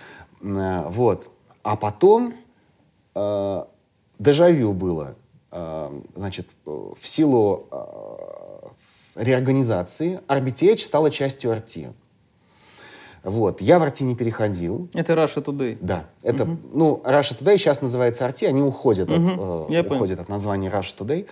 Вот. А потом э, дежавю было. Э, значит, в силу э, реорганизации эр би ти эйч стала частью ар ти. Вот. Я в ар ти не переходил. Это Russia Today? Да. Это, угу. ну, Russia Today сейчас называется ар ти, они уходят, угу. от, э, уходят от названия Russia Today.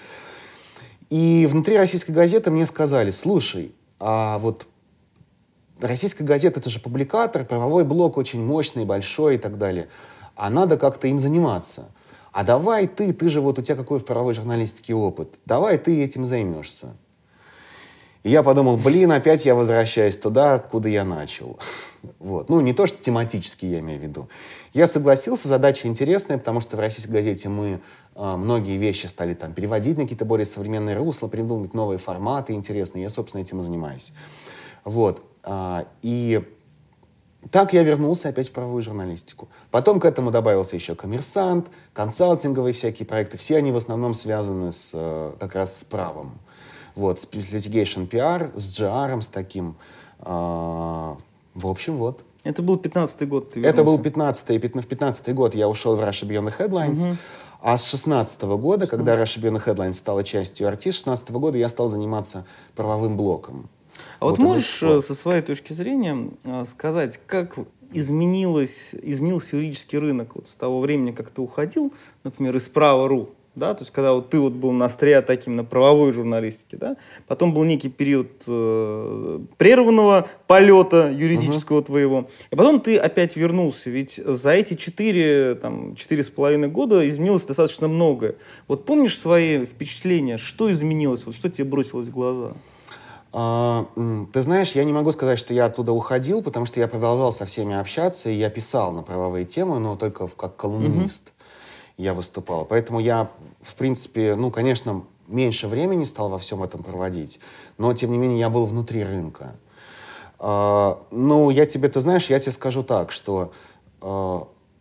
И внутри российской газеты мне сказали: слушай, а вот российская газета — это же публикатор, правовой блок очень мощный, большой и так далее. А надо как-то им заниматься. А давай ты, ты же вот у тебя какой в правовой журналистике опыт, давай ты этим займешься. И я подумал, блин, опять я возвращаюсь туда, откуда я начал. Вот. Ну, не то, что тематически, я имею в виду. Я согласился, задача интересная, потому что в российской газете мы э, многие вещи стали там переводить на какие-то более современные русла, придумывать новые форматы интересные. Я, собственно, этим и занимаюсь. Вот. А, и так я вернулся опять в правовую журналистику. Потом к этому добавился еще «Коммерсант», консалтинговые всякие проекты. Все они в основном связаны с, э, как раз с правом. Вот, с litigation пи ар, с джи ар, с таким. А, в общем, вот. Это был пятнадцатый год, ты вернулся? Это был пятнадцатый, в пятнадцатый год я ушел в Russia Beyond the Headlines. Угу. А с шестнадцатого года, когда Russia Beyond the Headlines стала частью ар ти, с шестнадцатого года я стал заниматься правовым блоком. А вот, вот можешь вот. со своей точки зрения сказать, как изменилось, изменился юридический рынок вот с того времени, как ты уходил, например, из права точка ру? Да, то есть, когда вот ты вот был на острие атаки на правовой журналистике, да, потом был некий период э, прерванного полета юридического uh-huh. твоего, и потом ты опять вернулся, ведь за эти четыре, там, четыре с половиной года изменилось достаточно многое. Вот помнишь свои впечатления, что изменилось, вот что тебе бросилось в глаза? А, ты знаешь, я не могу сказать, что я оттуда уходил, потому что я продолжал со всеми общаться, и я писал на правовые темы, но только как колумнист. Uh-huh. Я выступал. Поэтому я, в принципе, ну, конечно, меньше времени стал во всем этом проводить, но, тем не менее, я был внутри рынка. Э, ну, я тебе, ты знаешь, я тебе скажу так, что э,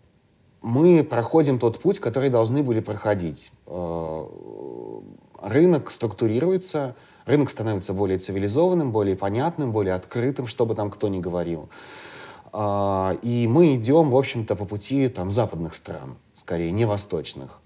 мы проходим тот путь, который должны были проходить. Э, рынок структурируется, рынок становится более цивилизованным, более понятным, более открытым, что бы там кто ни говорил. Э, и мы идем, в общем-то, по пути там, западных стран, скорее, не восточных.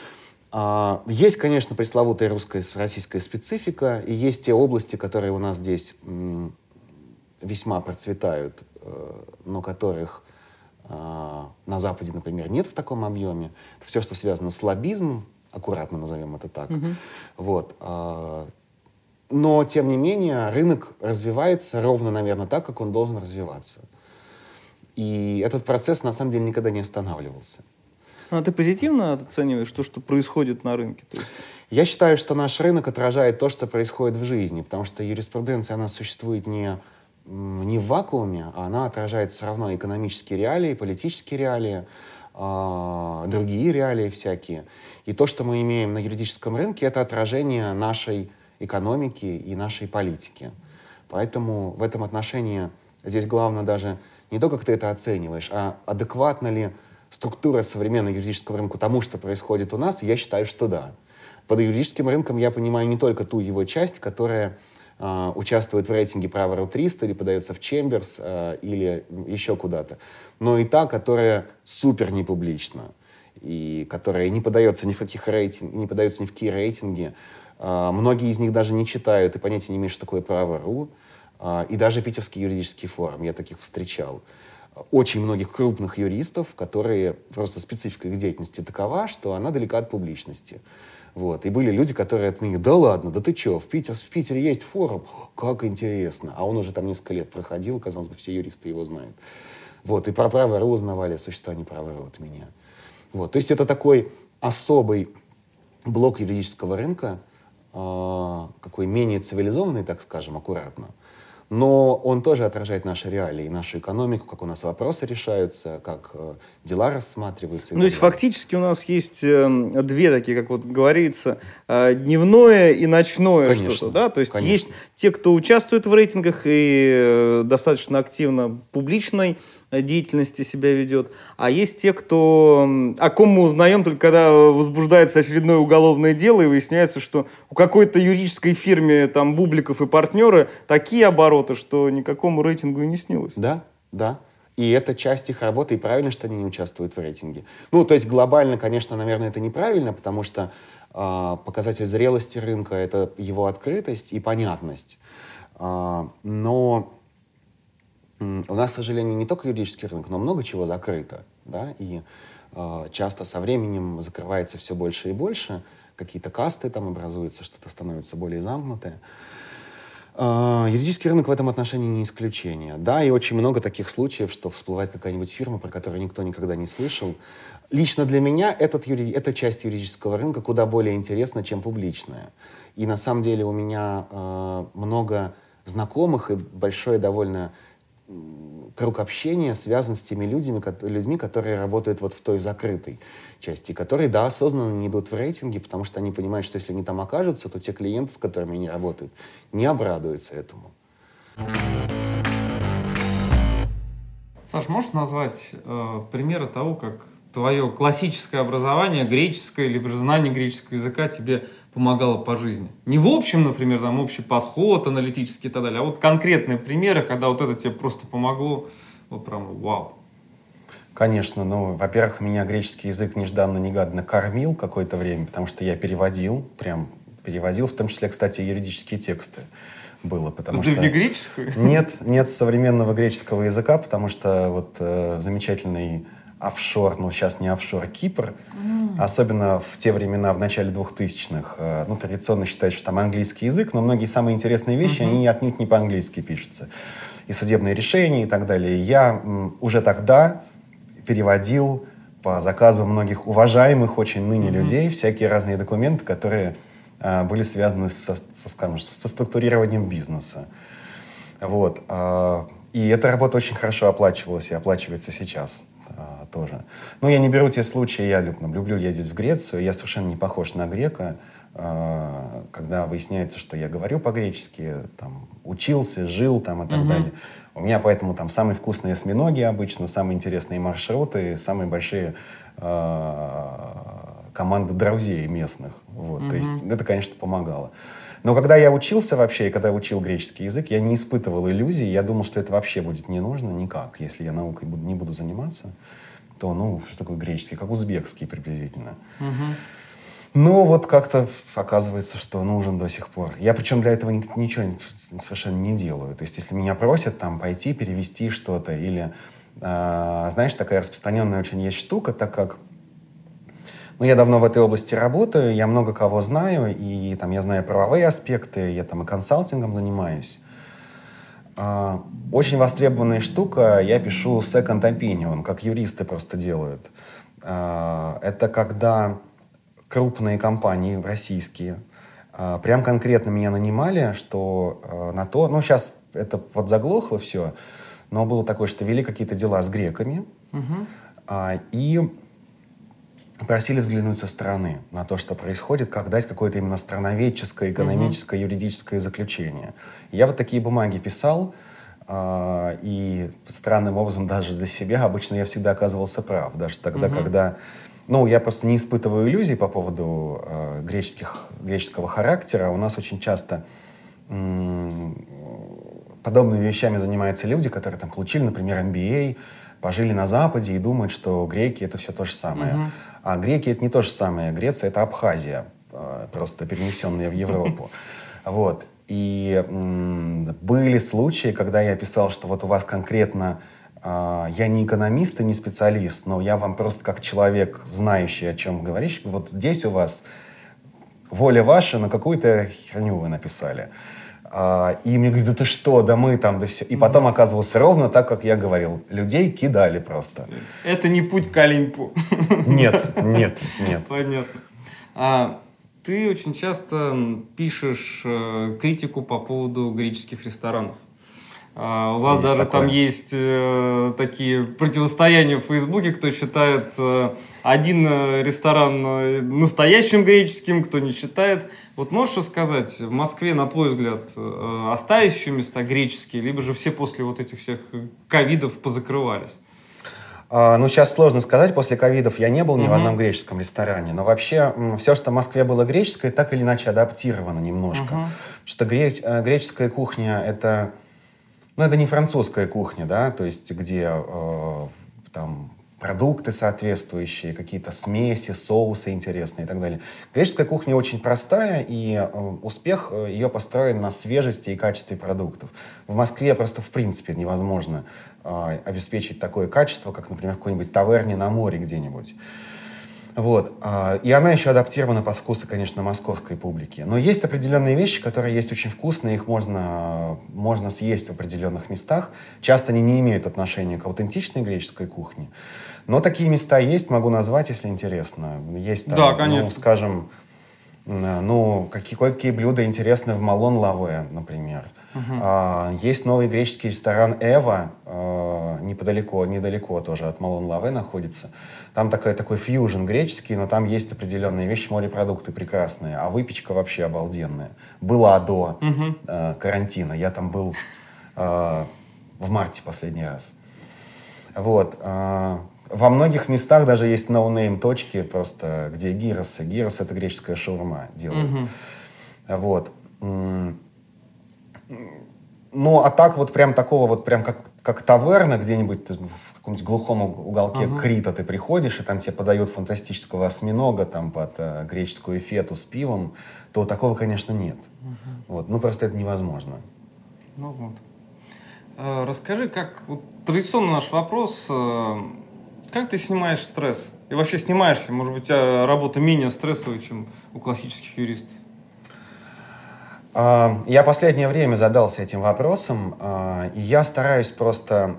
А, есть, конечно, пресловутая русская, российская специфика, и есть те области, которые у нас здесь м, весьма процветают, э, но которых э, на Западе, например, нет в таком объеме. Это все, что связано с лоббизмом, аккуратно назовем это так. Mm-hmm. Вот. А, но, тем не менее, рынок развивается ровно, наверное, так, как он должен развиваться. И этот процесс, на самом деле, никогда не останавливался. А ты позитивно оцениваешь то, что происходит на рынке? То есть... Я считаю, что наш рынок отражает то, что происходит в жизни, потому что юриспруденция, она существует не, не в вакууме, а она отражает все равно экономические реалии, политические реалии, э, другие реалии всякие. И то, что мы имеем на юридическом рынке, это отражение нашей экономики и нашей политики. Поэтому в этом отношении здесь главное даже не то, как ты это оцениваешь, а адекватно ли структура современного юридического рынка тому, что происходит у нас. Я считаю, что да. Под юридическим рынком я понимаю не только ту его часть, которая э, участвует в рейтинге Право триста или подается в Чемберс э, или еще куда-то, но и та, которая супер непублична и которая не подается ни в каких рейтинг, не подается ни в какие рейтинги. Э, многие из них даже не читают и понятия не имеют, что такое Право.ру. Э, и даже Питерский юридический форум, я таких встречал. Очень многих крупных юристов, которые просто специфика их деятельности такова, что она далека от публичности. Вот. И были люди, которые от меня: да ладно, да ты чё, в, Питер, в Питере есть форум? Как интересно. А он уже там несколько лет проходил, казалось бы, все юристы его знают. Вот. И про Право.ру узнавали о существовании Право.ру от меня. Вот. То есть это такой особый блок юридического рынка, э, какой менее цивилизованный, так скажем, аккуратно. Но он тоже отражает наши реалии, нашу экономику, как у нас вопросы решаются, как э, дела рассматриваются. Ну, то есть фактически у нас есть э, две такие, как вот говорится, э, дневное и ночное. Конечно, что-то, да? То есть конечно. Есть те, кто участвует в рейтингах и э, достаточно активно публичной деятельности себя ведет, а есть те, кто, о ком мы узнаем только когда возбуждается очередное уголовное дело и выясняется, что у какой-то юридической фирме там Бубликов и партнеры такие обороты, что никакому рейтингу и не снилось. Да, да. И это часть их работы, и правильно, что они не участвуют в рейтинге. Ну, то есть глобально, конечно, наверное, это неправильно, потому что э, показатель зрелости рынка — это его открытость и понятность. Э, но у нас, к сожалению, не только юридический рынок, но много чего закрыто, да, и э, часто со временем закрывается все больше и больше, какие-то касты там образуются, что-то становится более замкнутое. Э, юридический рынок в этом отношении не исключение, да, и очень много таких случаев, что всплывает какая-нибудь фирма, про которую никто никогда не слышал. Лично для меня этот юри... эта часть юридического рынка куда более интересна, чем публичная. И на самом деле у меня э, много знакомых и большое довольно круг общения связан с теми людьми, людьми, которые работают вот в той закрытой части, которые, да, осознанно не идут в рейтинги, потому что они понимают, что если они там окажутся, то те клиенты, с которыми они работают, не обрадуются этому. Саш, можешь назвать э, примеры того, как твое классическое образование, греческое, либо же знание греческого языка тебе помогало по жизни? Не в общем, например, там общий подход, аналитический и так далее, а вот конкретные примеры, когда вот это тебе просто помогло, вот прям вау. Конечно, ну, во-первых, меня греческий язык нежданно-негаданно кормил какое-то время, потому что я переводил, прям переводил, в том числе, кстати, юридические тексты. Было, потому с что... древнегреческого? Нет, нет современного греческого языка, потому что вот э, замечательный офшор, ну сейчас не офшор, Кипр, mm. особенно в те времена, в начале двухтысячных, э, ну традиционно считают, что там английский язык, но многие самые интересные вещи, mm-hmm. они отнюдь не по-английски пишутся. И судебные решения и так далее. Я м, уже тогда переводил по заказу многих уважаемых очень ныне mm-hmm. людей всякие разные документы, которые были связаны со, со, скажем, со структурированием бизнеса. Вот. И эта работа очень хорошо оплачивалась и оплачивается сейчас тоже. Но я не беру те случаи, я люблю, люблю ездить в Грецию, я совершенно не похож на грека, э, когда выясняется, что я говорю по-гречески, там, учился, жил там и так mm-hmm. далее. У меня поэтому там самые вкусные осьминоги обычно, самые интересные маршруты, самые большие э, команды друзей местных. Вот. Mm-hmm. То есть это, конечно, помогало. Но когда я учился вообще, и когда я учил греческий язык, я не испытывал иллюзий. Я думал, что это вообще будет не нужно никак. Если я наукой буду, не буду заниматься, то, ну, что такое греческий? Как узбекский приблизительно. Mm-hmm. Но вот как-то оказывается, что нужен до сих пор. Я причем для этого ничего совершенно не делаю. То есть если меня просят там пойти перевести что-то или, э, знаешь, такая распространенная очень есть штука, так как ну, я давно в этой области работаю, я много кого знаю, и там я знаю правовые аспекты, я там и консалтингом занимаюсь. Э, очень востребованная штука, я пишу second opinion, как юристы просто делают. Э, это когда крупные компании российские э, прям конкретно меня нанимали, что э, на то... Ну, сейчас это подзаглохло все, но было такое, что вели какие-то дела с греками uh-huh. э, и просили взглянуть со стороны на то, что происходит, как дать какое-то именно страноведческое, экономическое, uh-huh. юридическое заключение. И я вот такие бумаги писал, э, и странным образом даже для себя обычно я всегда оказывался прав. Даже тогда, uh-huh. когда... Ну, я просто не испытываю иллюзий по поводу э, греческих, греческого характера. У нас очень часто м- подобными вещами занимаются люди, которые там получили, например, эм би эй, пожили на Западе и думают, что греки — это все то же самое. Mm-hmm. А греки — это не то же самое. Греция — это Абхазия, э, просто перенесенная в Европу. Вот. И м- были случаи, когда я писал, что вот у вас конкретно... Я не экономист и не специалист, но я вам просто как человек, знающий, о чем говоришь, вот здесь у вас воля ваша, но какую-то херню вы написали. И мне говорят, да ты что, да мы там, да все. И потом оказывалось ровно так, как я говорил. Людей кидали просто. Это не путь к Олимпу. Нет, нет, нет. Понятно. А, ты очень часто пишешь э, критику по поводу греческих ресторанов. Uh, у вас есть даже такое. Там есть э, такие противостояния в Фейсбуке, кто считает э, один э, ресторан э, настоящим греческим, кто не считает. Вот можешь рассказать, в Москве, на твой взгляд, э, остались еще места греческие, либо же все после вот этих всех ковидов позакрывались? Uh, ну, сейчас сложно сказать. После ковидов я не был ни uh-huh. в одном греческом ресторане. Но вообще м, все, что в Москве было греческое, так или иначе адаптировано немножко. Uh-huh. Потому что греч, э, греческая кухня — это... Ну, это не французская кухня, да, то есть где э, там продукты соответствующие, какие-то смеси, соусы интересные и так далее. Греческая кухня очень простая, и э, успех ее построен на свежести и качестве продуктов. В Москве просто в принципе невозможно э, обеспечить такое качество, как, например, в какой-нибудь таверне на море где-нибудь. Вот. И она еще адаптирована под вкусы, конечно, московской публики. Но есть определенные вещи, которые есть очень вкусные, их можно, можно съесть в определенных местах. Часто они не имеют отношения к аутентичной греческой кухне. Но такие места есть, могу назвать, если интересно. Есть там, да, конечно. Ну, скажем, ну, какие, какие блюда интересны в Малон-Лаве, например. Uh-huh. А, есть новый греческий ресторан «Эва», а, неподалеку, недалеко тоже от Малон-Лаве находится. Там такой, такой фьюжн греческий, но там есть определенные вещи, морепродукты прекрасные, а выпечка вообще обалденная. Была до uh-huh. а, карантина. Я там был а, в марте последний раз. Вот. А, во многих местах даже есть ноунейм точки, просто где гиросы. Гирос — это греческая шаурма делают. Uh-huh. Вот. Ну, а так вот прям такого вот, прям как, как таверна где-нибудь в каком-нибудь глухом уголке uh-huh. Крита ты приходишь, и там тебе подают фантастического осьминога там под э, греческую фету с пивом, то такого, конечно, нет. Uh-huh. Вот. Ну, просто это невозможно. Ну вот. Э, расскажи, как... Вот, традиционный наш вопрос. Э, как ты снимаешь стресс? И вообще снимаешь ли? Может быть, у тебя работа менее стрессовая, чем у классических юристов? Я последнее время задался этим вопросом, и я стараюсь просто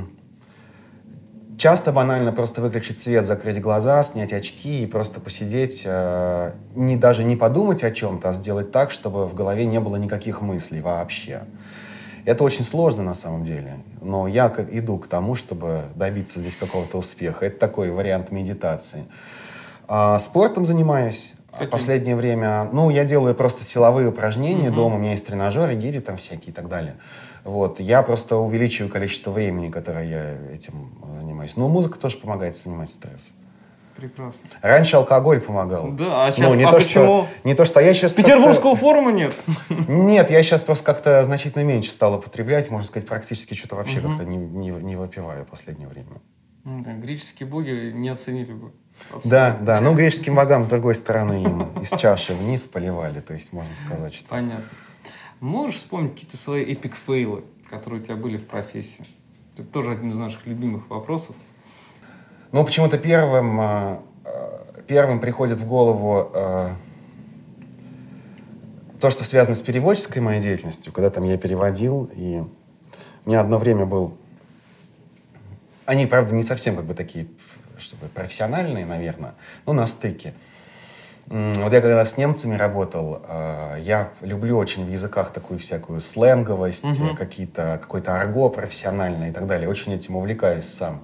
часто банально просто выключить свет, закрыть глаза, снять очки и просто посидеть, не, даже не подумать о чем-то, а сделать так, чтобы в голове не было никаких мыслей вообще. Это очень сложно на самом деле, но я иду к тому, чтобы добиться здесь какого-то успеха. Это такой вариант медитации. Спортом занимаюсь. Какие? Последнее время, ну, я делаю просто силовые упражнения Угу. дома, у меня есть тренажеры, гири там всякие и так далее. Вот, я просто увеличиваю количество времени, которое я этим занимаюсь. Ну, музыка тоже помогает снимать стресс. Прекрасно. Раньше алкоголь помогал. Да, а сейчас ну, не а то, почему? Что, не то, что я сейчас... Петербургского форума нет? Нет, я сейчас просто как-то значительно меньше стал употреблять, можно сказать, практически что-то вообще Угу. как-то не, не, не выпиваю в последнее время. Да, греческие боги не оценили бы. Абсолютно. Да, да, ну греческим богам, с другой стороны, им из чаши вниз поливали, то есть можно сказать, что... Понятно. Можешь вспомнить какие-то свои эпик-фейлы, которые у тебя были в профессии? Это тоже один из наших любимых вопросов. Ну, почему-то первым, первым приходит в голову то, что связано с переводческой моей деятельностью, когда там я переводил, и у меня одно время был... Они, правда, не совсем как бы такие, чтобы профессиональные, наверное, но на стыке. Вот я когда с немцами работал, я люблю очень в языках такую всякую сленговость, угу. какие-то, какой-то арго профессиональный и так далее. Очень этим увлекаюсь сам.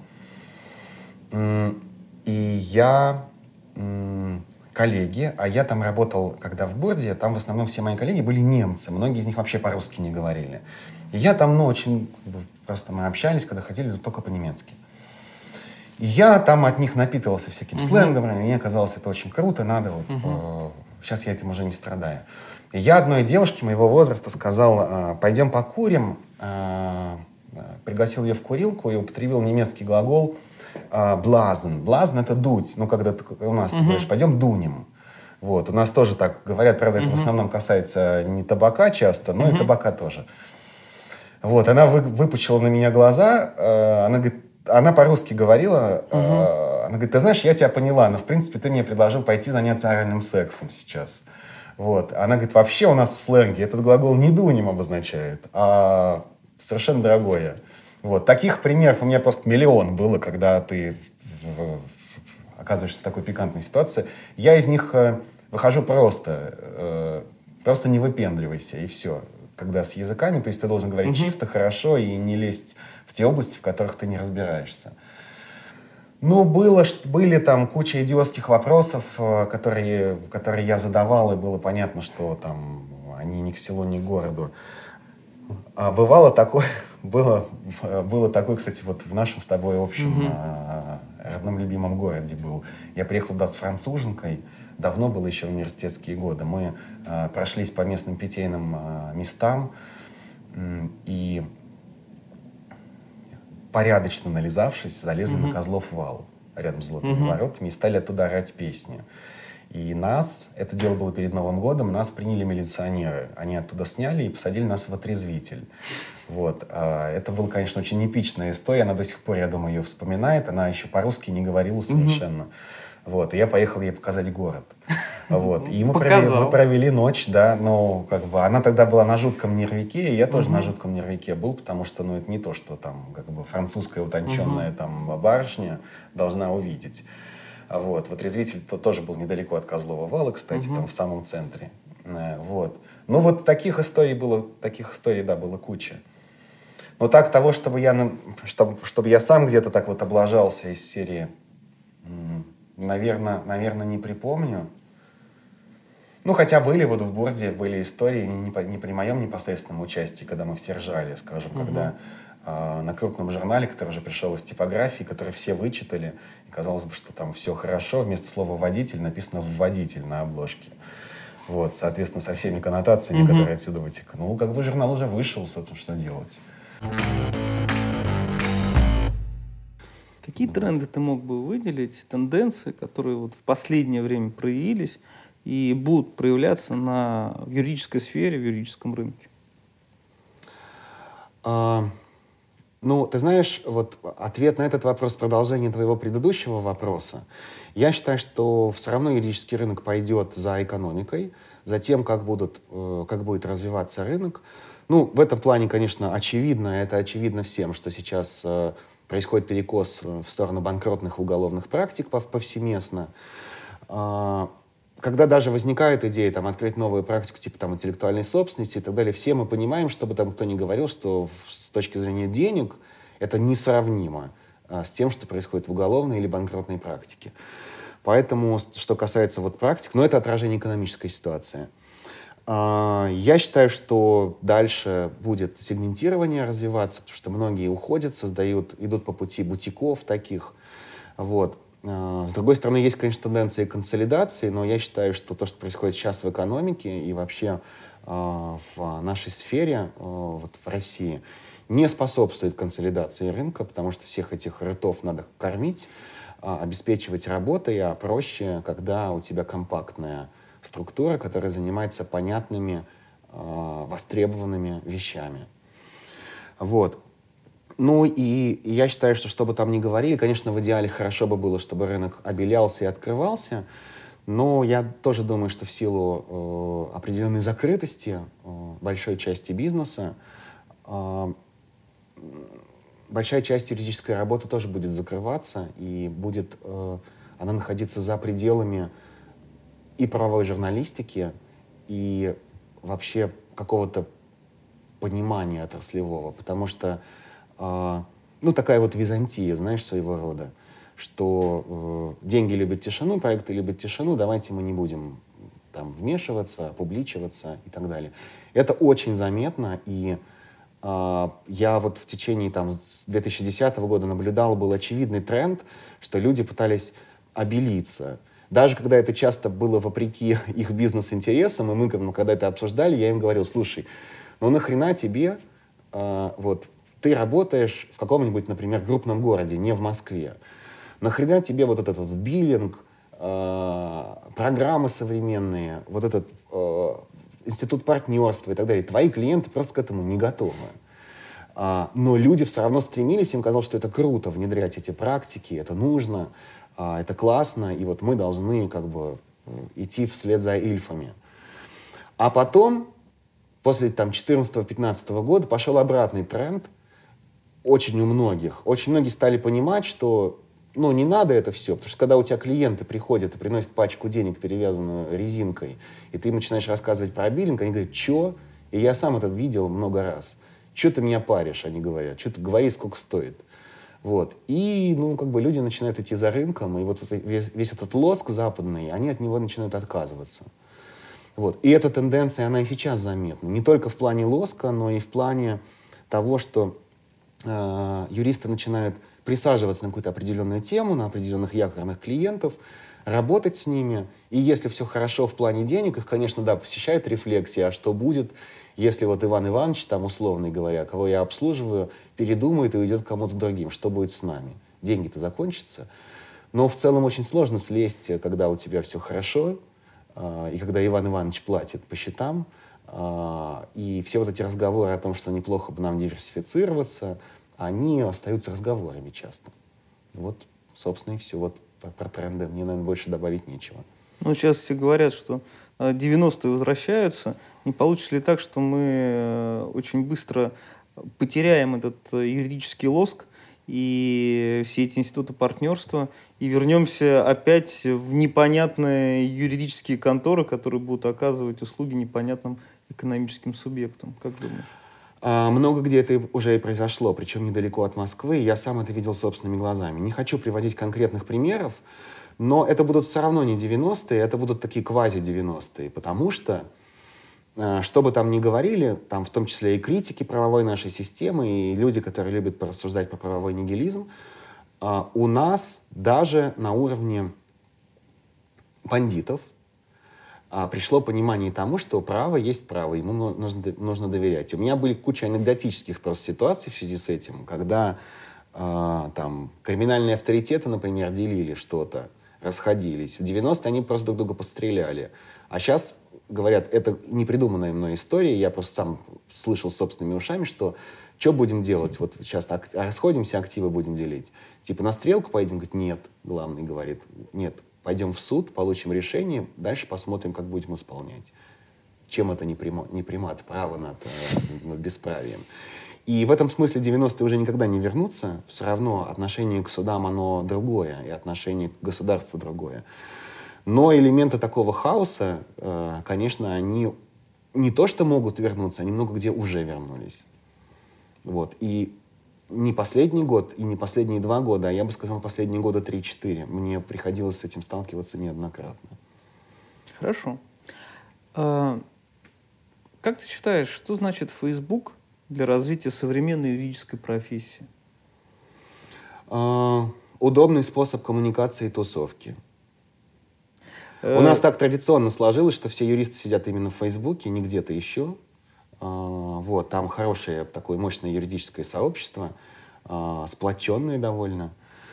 И я... коллеги, а я там работал, когда в Борде, там в основном все мои коллеги были немцы, многие из них вообще по-русски не говорили. И я там, ну, очень, просто мы общались, когда ходили, только по-немецки. И я там от них напитывался всяким uh-huh. сленгом, и мне казалось, это очень круто, надо вот, uh-huh. э, сейчас я этим уже не страдаю. И я одной девушке моего возраста сказал, э, пойдем покурим, э, пригласил ее в курилку и употребил немецкий глагол блазен. Блазен — это дуть. Ну, когда ты, у нас uh-huh. ты говоришь, пойдем дунем. Вот. У нас тоже так говорят, правда, это uh-huh. в основном касается не табака часто, но uh-huh. и табака тоже. Вот. Она вы, выпучила на меня глаза, э, она говорит, она по-русски говорила, uh-huh. э, она говорит, ты знаешь, я тебя поняла, но, в принципе, ты мне предложил пойти заняться оральным сексом сейчас. Вот. Она говорит, вообще у нас в сленге этот глагол не дунем обозначает, а совершенно другое. Вот. Таких примеров у меня просто миллион было, когда ты в, оказываешься в такой пикантной ситуации. Я из них э, выхожу просто. Э, просто не выпендривайся, и все. Когда с языками, то есть ты должен говорить mm-hmm. чисто, хорошо и не лезть в те области, в которых ты не разбираешься. Ну, было, были там куча идиотских вопросов, которые, которые я задавал, и было понятно, что там они ни к селу, ни к городу. А бывало такое... Было, было такое, кстати, вот в нашем с тобой общем mm-hmm. родном любимом городе был. Я приехал туда с француженкой, давно было еще в университетские годы. Мы а, прошлись по местным питейным а, местам и, порядочно нализавшись, залезли mm-hmm. на Козлов вал рядом с Золотыми mm-hmm. воротами и стали оттуда орать песни. И нас, это дело было перед Новым годом, нас приняли милиционеры. Они оттуда сняли и посадили нас в отрезвитель. Вот. Это была, конечно, очень непичная история. Она до сих пор, я думаю, ее вспоминает. Она еще по-русски не говорила совершенно. Mm-hmm. Вот. И я поехал ей показать город. Вот. И мы провели, мы провели ночь, да, но как бы она тогда была на жутком нервике, и я тоже mm-hmm. на жутком нервике был, потому что, ну, это не то, что там, как бы, французская утонченная mm-hmm. там барышня должна увидеть. Вот. Вот отрезвитель -то тоже был недалеко от Козлова вала, кстати, угу. там в самом центре. Вот. Ну вот таких историй было, таких историй, да, было куча. Но так того, чтобы я, чтобы, чтобы я сам где-то так вот облажался из серии, наверное, наверное, не припомню. Ну, хотя были вот в Борде, были истории не, не при моем непосредственном участии, когда мы все ржали, скажем, угу. когда э, на крупном журнале, который уже пришел из типографии, который все вычитали, и казалось бы, что там все хорошо, вместо слова «водитель» написано «вводитель» на обложке. Вот, соответственно, со всеми коннотациями, mm-hmm. которые отсюда вытекают. Ну, как бы журнал уже вышел, собственно, что делать? Какие тренды ты мог бы выделить, тенденции, которые вот в последнее время проявились и будут проявляться на в юридической сфере, в юридическом рынке? А, ну, ты знаешь, вот ответ на этот вопрос, продолжение твоего предыдущего вопроса. Я считаю, что все равно юридический рынок пойдет за экономикой, за тем, как, будут, как будет развиваться рынок. Ну, в этом плане, конечно, очевидно, это очевидно всем, что сейчас происходит перекос в сторону банкротных уголовных практик повсеместно. Когда даже возникает идея там, открыть новую практику типа там, интеллектуальной собственности и так далее, все мы понимаем, чтобы там кто ни говорил, что с точки зрения денег это несравнимо а, с тем, что происходит в уголовной или банкротной практике. Поэтому, что касается вот практик, ну, это отражение экономической ситуации. Я считаю, что дальше будет сегментирование развиваться, потому что многие уходят, создают, идут по пути бутиков таких. Вот. С другой стороны, есть, конечно, тенденции консолидации, но я считаю, что то, что происходит сейчас в экономике и вообще в нашей сфере, вот в России, не способствует консолидации рынка, потому что всех этих ртов надо кормить, обеспечивать работой, а проще, когда у тебя компактная структура, которая занимается понятными, э, востребованными вещами. Вот. Ну и, и я считаю, что что бы там ни говорили, конечно, в идеале хорошо бы было, чтобы рынок обелялся и открывался, но я тоже думаю, что в силу э, определенной закрытости э, большой части бизнеса э, большая часть юридической работы тоже будет закрываться, и будет э, она находиться за пределами и правовой журналистики, и вообще какого-то понимания отраслевого, потому что, э, ну, такая вот Византия, знаешь, своего рода, что э, деньги любят тишину, проекты любят тишину, давайте мы не будем там вмешиваться, опубличиваться и так далее. Это очень заметно, и э, я вот в течение там с две тысячи десятого года наблюдал, был очевидный тренд, что люди пытались обелиться. Даже когда это часто было вопреки их бизнес-интересам, и мы, когда это обсуждали, я им говорил: слушай, ну нахрена тебе, э, вот, ты работаешь в каком-нибудь, например, крупном городе, не в Москве, нахрена тебе вот этот вот биллинг, э, программы современные, вот этот э, институт партнерства и так далее. Твои клиенты просто к этому не готовы. А, но люди все равно стремились, им казалось, что это круто внедрять эти практики, это нужно, а, это классно, и вот мы должны как бы идти вслед за ильфами. А потом, после там четырнадцатого-пятнадцатого года, пошел обратный тренд очень у многих. Очень многие стали понимать, что ну, не надо это все, потому что когда у тебя клиенты приходят и приносят пачку денег, перевязанную резинкой, и ты им начинаешь рассказывать про биллинг, они говорят: чё? И я сам это видел много раз. Чё ты меня паришь, они говорят. Чё ты говори, сколько стоит. Вот. И, ну, как бы люди начинают идти за рынком, и вот весь, весь этот лоск западный, они от него начинают отказываться. Вот. И эта тенденция, она и сейчас заметна. Не только в плане лоска, но и в плане того, что э, юристы начинают присаживаться на какую-то определенную тему, на определенных якорных клиентов, работать с ними. И если все хорошо в плане денег, их, конечно, да, посещает рефлексия, а что будет, если вот Иван Иванович, там, условно говоря, кого я обслуживаю, передумает и уйдет к кому-то другим, что будет с нами? Деньги-то закончатся. Но в целом очень сложно слезть, когда у тебя все хорошо, э, и когда Иван Иванович платит по счетам, э, и все вот эти разговоры о том, что неплохо бы нам диверсифицироваться, они остаются разговорами часто. Вот, собственно, и все. Вот про, про тренды мне, наверное, больше добавить нечего. Ну, сейчас все говорят, что девяностые возвращаются. Не получится ли так, что мы очень быстро потеряем этот юридический лоск и все эти институты партнерства и вернемся опять в непонятные юридические конторы, которые будут оказывать услуги непонятным экономическим субъектам? Как думаешь? Много где это уже и произошло, причем недалеко от Москвы. Я сам это видел собственными глазами. Не хочу приводить конкретных примеров, но это будут все равно не девяностые, это будут такие квази-девяностые, потому что, что бы там ни говорили, там в том числе и критики правовой нашей системы, и люди, которые любят порассуждать про правовой нигилизм, у нас даже на уровне бандитов пришло понимание тому, что право есть право, ему нужно, нужно доверять. У меня были куча анекдотических просто ситуаций в связи с этим, когда э, там криминальные авторитеты, например, делили что-то, расходились. В девяностые они просто друг друга подстреляли. А сейчас, говорят, это непридуманная мной история, я просто сам слышал собственными ушами, что что будем делать? Вот сейчас ак- расходимся, активы будем делить. Типа на стрелку поедем? Говорит: нет. Главный говорит: нет. Пойдем в суд, получим решение, дальше посмотрим, как будем исполнять. Чем это не, прима, не примат, право над, над бесправием. И в этом смысле девяностые уже никогда не вернутся. Все равно отношение к судам, оно другое, и отношение к государству другое. Но элементы такого хаоса, конечно, они не то что могут вернуться, они много где уже вернулись. Вот. И не последний год и не последние два года, а я бы сказал, последние года три-четыре. Мне приходилось с этим сталкиваться неоднократно. Хорошо. А, как ты считаешь, что значит Facebook для развития современной юридической профессии? А, удобный способ коммуникации и тусовки. Э, У нас так традиционно сложилось, что все юристы сидят именно в Фейсбуке, не где-то еще. А, вот, там хорошее, такое мощное юридическое сообщество, а, сплоченное довольно.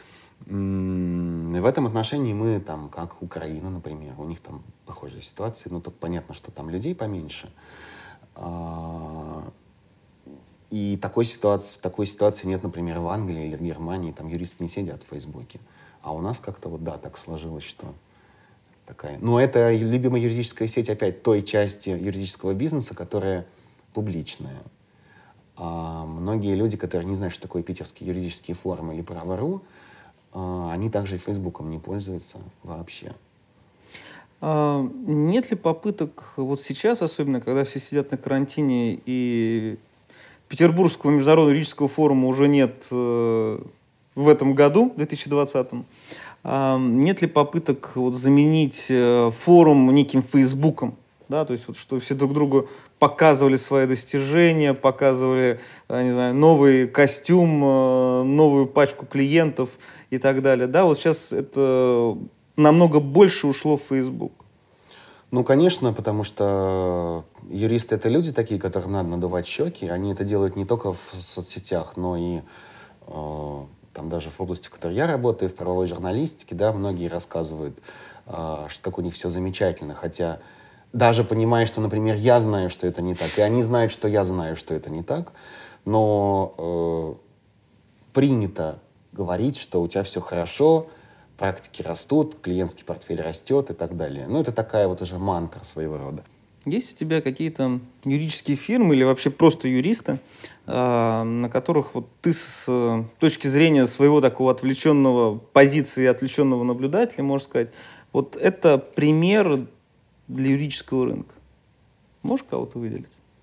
М, И в этом отношении мы, там, как Украина, например, у них там похожая ситуация, но только понятно, что там людей поменьше. А, И такой ситуации, такой ситуации нет, например, в Англии или в Германии, там юристы не сидят в Фейсбуке. А у нас как-то вот, да, так сложилось, что такая. Но это любимая юридическая сеть, опять, той части юридического бизнеса, которая публичная. А многие люди, которые не знают, что такое питерский юридический форум или Право.ру, а, они также и Фейсбуком не пользуются вообще. а нет ли попыток вот сейчас, особенно когда все сидят на карантине и Петербургского международного юридического форума уже нет э, в этом году, в две тысячи двадцатом, а, нет ли попыток вот заменить э, форум неким Фейсбуком? Да, то есть вот, что все друг другу показывали свои достижения, показывали, э, не знаю, новый костюм, э, новую пачку клиентов и так далее. Да, вот сейчас это намного больше ушло в Facebook. Ну, конечно, потому что юристы — это люди такие, которым надо надувать щеки. Они это делают не только в соцсетях, но и э, там даже в области, в которой я работаю, в правовой журналистике, да, многие рассказывают, э, что как у них все замечательно, хотя даже понимая, что, например, я знаю, что это не так, и они знают, что я знаю, что это не так, но э, принято говорить, что у тебя все хорошо, практики растут, клиентский портфель растет и так далее. Ну, это такая вот уже мантра своего рода. Есть у тебя какие-то юридические фирмы или вообще просто юристы, э, на которых вот ты с э, точки зрения своего такого отвлеченного позиции, отвлеченного наблюдателя, можешь сказать, вот это пример для юридического рынка? Можешь кого-то выделить?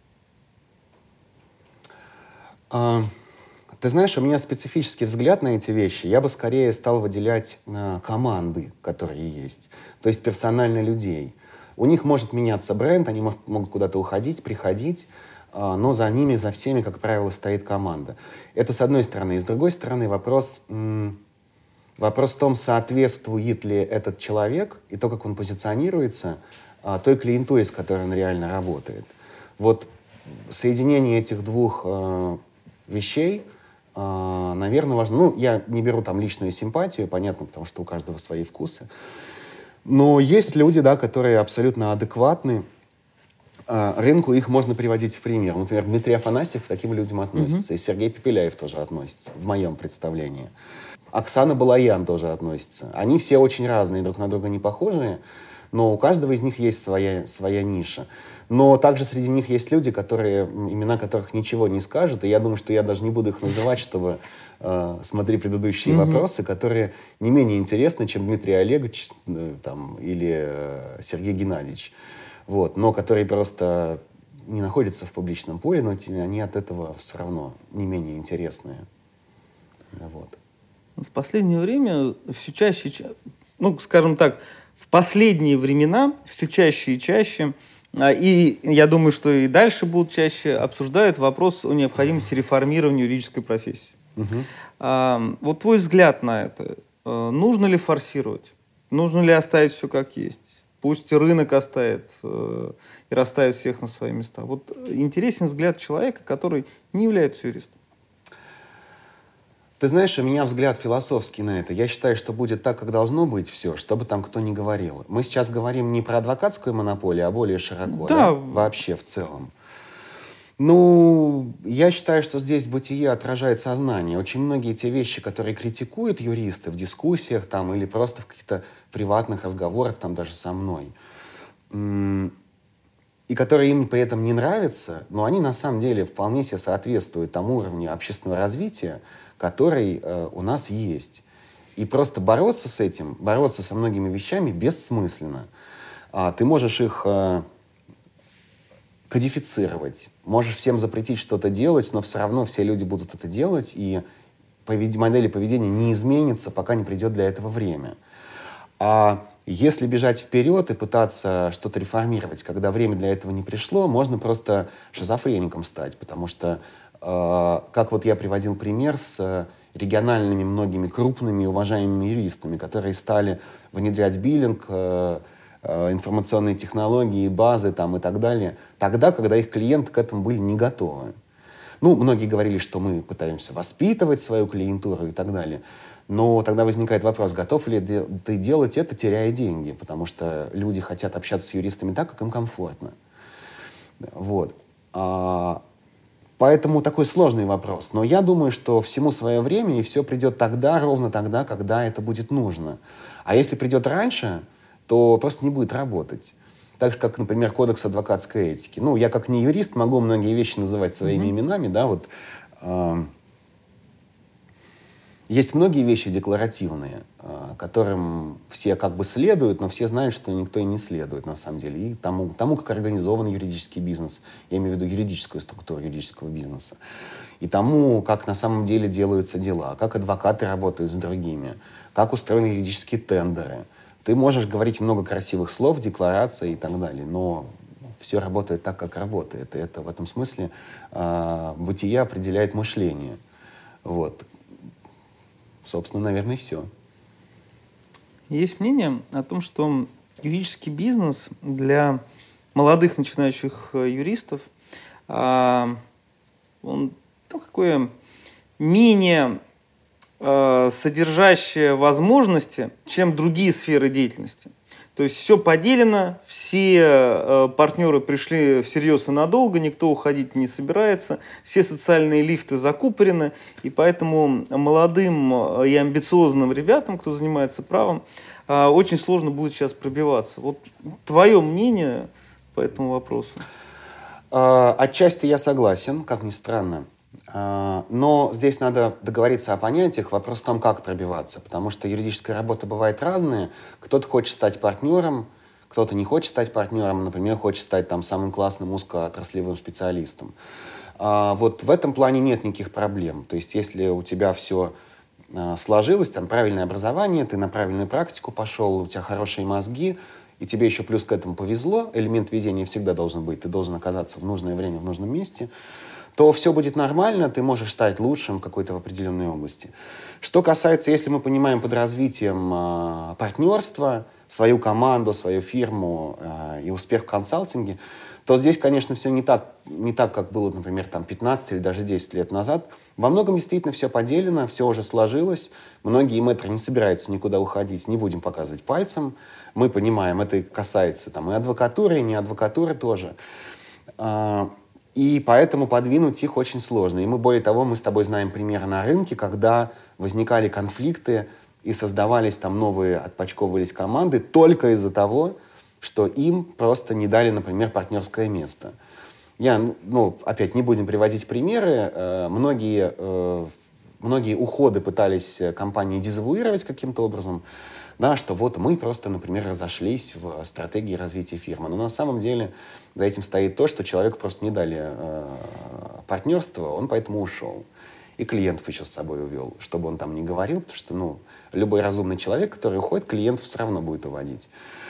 А, ты знаешь, у меня специфический взгляд на эти вещи. Я бы скорее стал выделять а, команды, которые есть. То есть персонально людей. У них может меняться бренд, они может, могут куда-то уходить, приходить, а, но за ними, за всеми, как правило, стоит команда. Это с одной стороны. И с другой стороны вопрос, м- вопрос в том, соответствует ли этот человек и то, как он позиционируется, а, той клиентуре, с которой он реально работает. Вот соединение этих двух а, вещей, а, наверное, важно. Ну, я не беру там личную симпатию, понятно, потому что у каждого свои вкусы. Но есть люди, да, которые абсолютно адекватны а, рынку, их можно приводить в пример. Например, Дмитрий Афанасьев к таким людям относится, mm-hmm. и Сергей Пепеляев тоже относится, в моем представлении. Оксана Балаян тоже относится. Они все очень разные, друг на друга не похожие, но у каждого из них есть своя, своя ниша. Но также среди них есть люди, которые, имена которых ничего не скажут, и я думаю, что я даже не буду их называть, чтобы э, смотри предыдущие mm-hmm. вопросы, которые не менее интересны, чем Дмитрий Олегович э, там, или э, Сергей Геннадьевич, вот, но которые просто не находятся в публичном поле, но они от этого все равно не менее интересные. Вот. В последнее время все чаще, ну, скажем так, в последние времена все чаще и чаще, и я думаю, что и дальше будут чаще, обсуждают вопрос о необходимости реформирования юридической профессии. Угу. А, вот твой взгляд на это. Нужно ли форсировать? Нужно ли оставить все как есть? Пусть рынок оставит э, и расставит всех на свои места. Вот интересен взгляд человека, который не является юристом. Ты знаешь, у меня взгляд философский на это. Я считаю, что будет так, как должно быть все, что бы там кто ни говорил. Мы сейчас говорим не про адвокатскую монополию, а более широко, да. Да? Вообще в целом. Ну, я считаю, что здесь бытие отражает сознание. Очень многие те вещи, которые критикуют юристы в дискуссиях там, или просто в каких-то приватных разговорах, там даже со мной, и которые им при этом не нравятся, но они на самом деле вполне себе соответствуют тому уровню общественного развития, который э, у нас есть. И просто бороться с этим, бороться со многими вещами бессмысленно. А, ты можешь их э, кодифицировать. Можешь всем запретить что-то делать, но все равно все люди будут это делать, и повед... модели поведения не изменится, пока не придет для этого время. А если бежать вперед и пытаться что-то реформировать, когда время для этого не пришло, можно просто шизофреником стать, потому что, э, как вот я приводил пример с региональными многими крупными уважаемыми юристами, которые стали внедрять биллинг, э, э, информационные технологии, базы там, и так далее, тогда, когда их клиенты к этому были не готовы. Ну, многие говорили, что мы пытаемся воспитывать свою клиентуру и так далее. Но тогда возникает вопрос, готов ли ты делать это, теряя деньги, потому что люди хотят общаться с юристами так, как им комфортно. Вот. А, поэтому такой сложный вопрос. Но я думаю, что всему свое время, и все придет тогда, ровно тогда, когда это будет нужно. А если придет раньше, то просто не будет работать. Так же, как, например, кодекс адвокатской этики. Ну, я как не юрист могу многие вещи называть своими mm-hmm. именами, да, вот... Э, Есть многие вещи декларативные, которым все как бы следуют, но все знают, что никто и не следует на самом деле. И тому, тому, как организован юридический бизнес, я имею в виду юридическую структуру юридического бизнеса, и тому, как на самом деле делаются дела, как адвокаты работают с другими, как устроены юридические тендеры. Ты можешь говорить много красивых слов, деклараций и так далее, но все работает так, как работает. И это в этом смысле э, бытие определяет мышление. Вот. Собственно, наверное, и все. Есть мнение о том, что юридический бизнес для молодых начинающих юристов, он ну, какое менее содержащее возможности, чем другие сферы деятельности. То есть все поделено, все э, партнеры пришли всерьез и надолго, никто уходить не собирается, все социальные лифты закупорены, и поэтому молодым и амбициозным ребятам, кто занимается правом, э, очень сложно будет сейчас пробиваться. Вот твое мнение по этому вопросу? Отчасти я согласен, как ни странно. Но здесь надо договориться о понятиях. Вопрос в том, как пробиваться. Потому что юридическая работа бывает разная. Кто-то хочет стать партнером, кто-то не хочет стать партнером. Например, хочет стать там самым классным узкоотраслевым специалистом. Вот в этом плане нет никаких проблем. То есть если у тебя все сложилось, там правильное образование, ты на правильную практику пошел, у тебя хорошие мозги, и тебе еще плюс к этому повезло, элемент везения всегда должен быть, ты должен оказаться в нужное время, в нужном месте, то все будет нормально, ты можешь стать лучшим в какой-то в определенной области. Что касается, если мы понимаем под развитием э, партнерства, свою команду, свою фирму э, и успех в консалтинге, то здесь, конечно, все не так, не так, как было, например, там, пятнадцать или даже десять лет назад. Во многом действительно все поделено, все уже сложилось. Многие мэтры не собираются никуда уходить, не будем показывать пальцем. Мы понимаем, это касается там, и адвокатуры, и не адвокатуры тоже. Э, И поэтому подвинуть их очень сложно. И мы, более того, мы с тобой знаем примеры на рынке, когда возникали конфликты и создавались там новые, отпочковывались команды только из-за того, что им просто не дали, например, партнерское место. Я, ну, опять не будем приводить примеры. Многие, многие уходы пытались компании дезавуировать каким-то образом, да, что вот мы просто, например, разошлись в стратегии развития фирмы. Но на самом деле за этим стоит то, что человеку просто не дали э, партнерство, он поэтому ушел. И клиентов еще с собой увел, чтобы он там не говорил, потому что ну, любой разумный человек, который уходит, клиентов все равно будет уводить.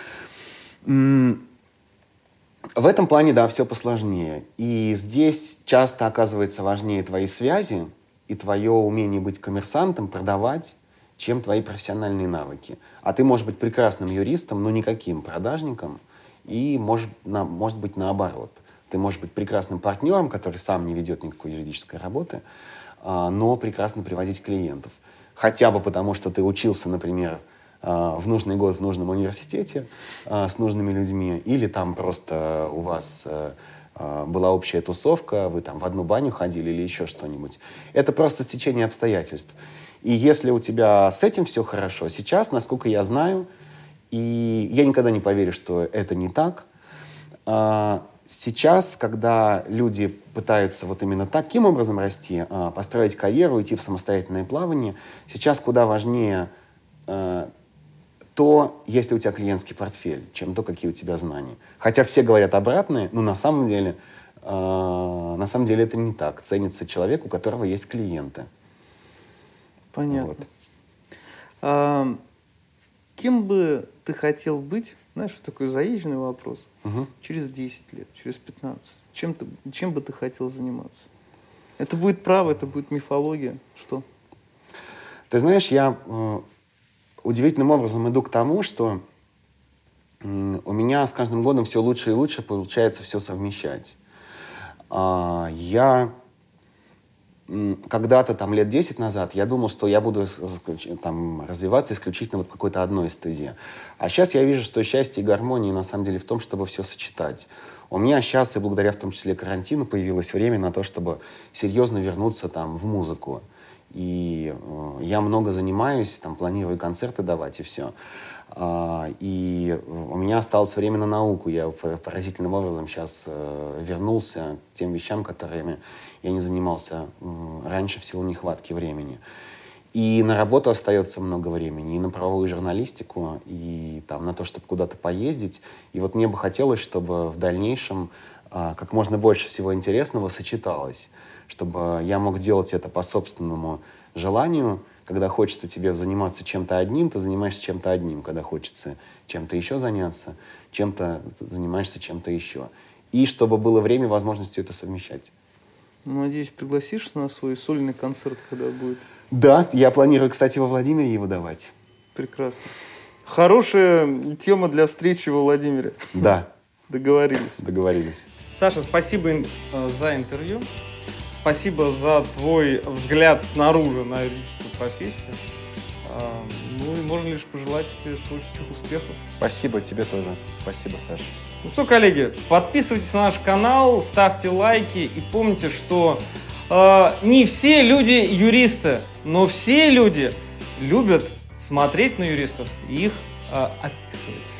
В этом плане, да, все посложнее. И здесь часто оказывается важнее твои связи и твое умение быть коммерсантом, продавать, чем твои профессиональные навыки. А ты можешь быть прекрасным юристом, но никаким продажником, и может, на, может быть наоборот. Ты можешь быть прекрасным партнером, который сам не ведет никакой юридической работы, а, но прекрасно приводить клиентов. Хотя бы потому, что ты учился, например, а, в нужный год в нужном университете а, с нужными людьми, или там просто у вас а, а, была общая тусовка, вы там в одну баню ходили или еще что-нибудь. Это просто стечение обстоятельств. И если у тебя с этим все хорошо, сейчас, насколько я знаю, и я никогда не поверю, что это не так, сейчас, когда люди пытаются вот именно таким образом расти, построить карьеру, идти в самостоятельное плавание, сейчас куда важнее то, есть ли у тебя клиентский портфель, чем то, какие у тебя знания. Хотя все говорят обратное, но на самом деле, э, на самом деле это не так. Ценится человек, у которого есть клиенты. Понятно. Вот. А, кем бы ты хотел быть? Знаешь, вот такой заезженный вопрос. Угу. Через десять лет, через пятнадцать. Чем, ты, чем бы ты хотел заниматься? Это будет право, это будет мифология. Что? Ты знаешь, я э, удивительным образом иду к тому, что э, у меня с каждым годом все лучше и лучше получается все совмещать. А, я э, когда-то, там, лет десять назад, я думал, что я буду там, развиваться исключительно вот в какой-то одной стезе. А сейчас я вижу, что счастье и гармония на самом деле в том, чтобы все сочетать. У меня сейчас, и благодаря в том числе карантину, появилось время на то, чтобы серьезно вернуться там, в музыку. И э, я много занимаюсь, там, планирую концерты давать и все. А, и у меня осталось время на науку. Я поразительным образом сейчас э, вернулся к тем вещам, которыми я не занимался э, раньше в силу нехватки времени. И на работу остается много времени, и на правовую журналистику, и там, на то, чтобы куда-то поездить. И вот мне бы хотелось, чтобы в дальнейшем э, как можно больше всего интересного сочеталось. Чтобы я мог делать это по собственному желанию. Когда хочется тебе заниматься чем-то одним, ты занимаешься чем-то одним. Когда хочется чем-то еще заняться, чем-то занимаешься чем-то еще. И чтобы было время, возможность все это совмещать. Надеюсь, пригласишь на свой сольный концерт, когда будет? Да, я планирую, кстати, во Владимире его давать. Прекрасно. Хорошая тема для встречи во Владимире. Да. Договорились. Договорились. Саша, спасибо за интервью. Спасибо за твой взгляд снаружи на юридическую профессию. Ну и можно лишь пожелать тебе творческих успехов. Спасибо тебе тоже. Спасибо, Саша. Ну что, коллеги, подписывайтесь на наш канал, ставьте лайки и помните, что э, не все люди юристы, но все люди любят смотреть на юристов и их э, описывать.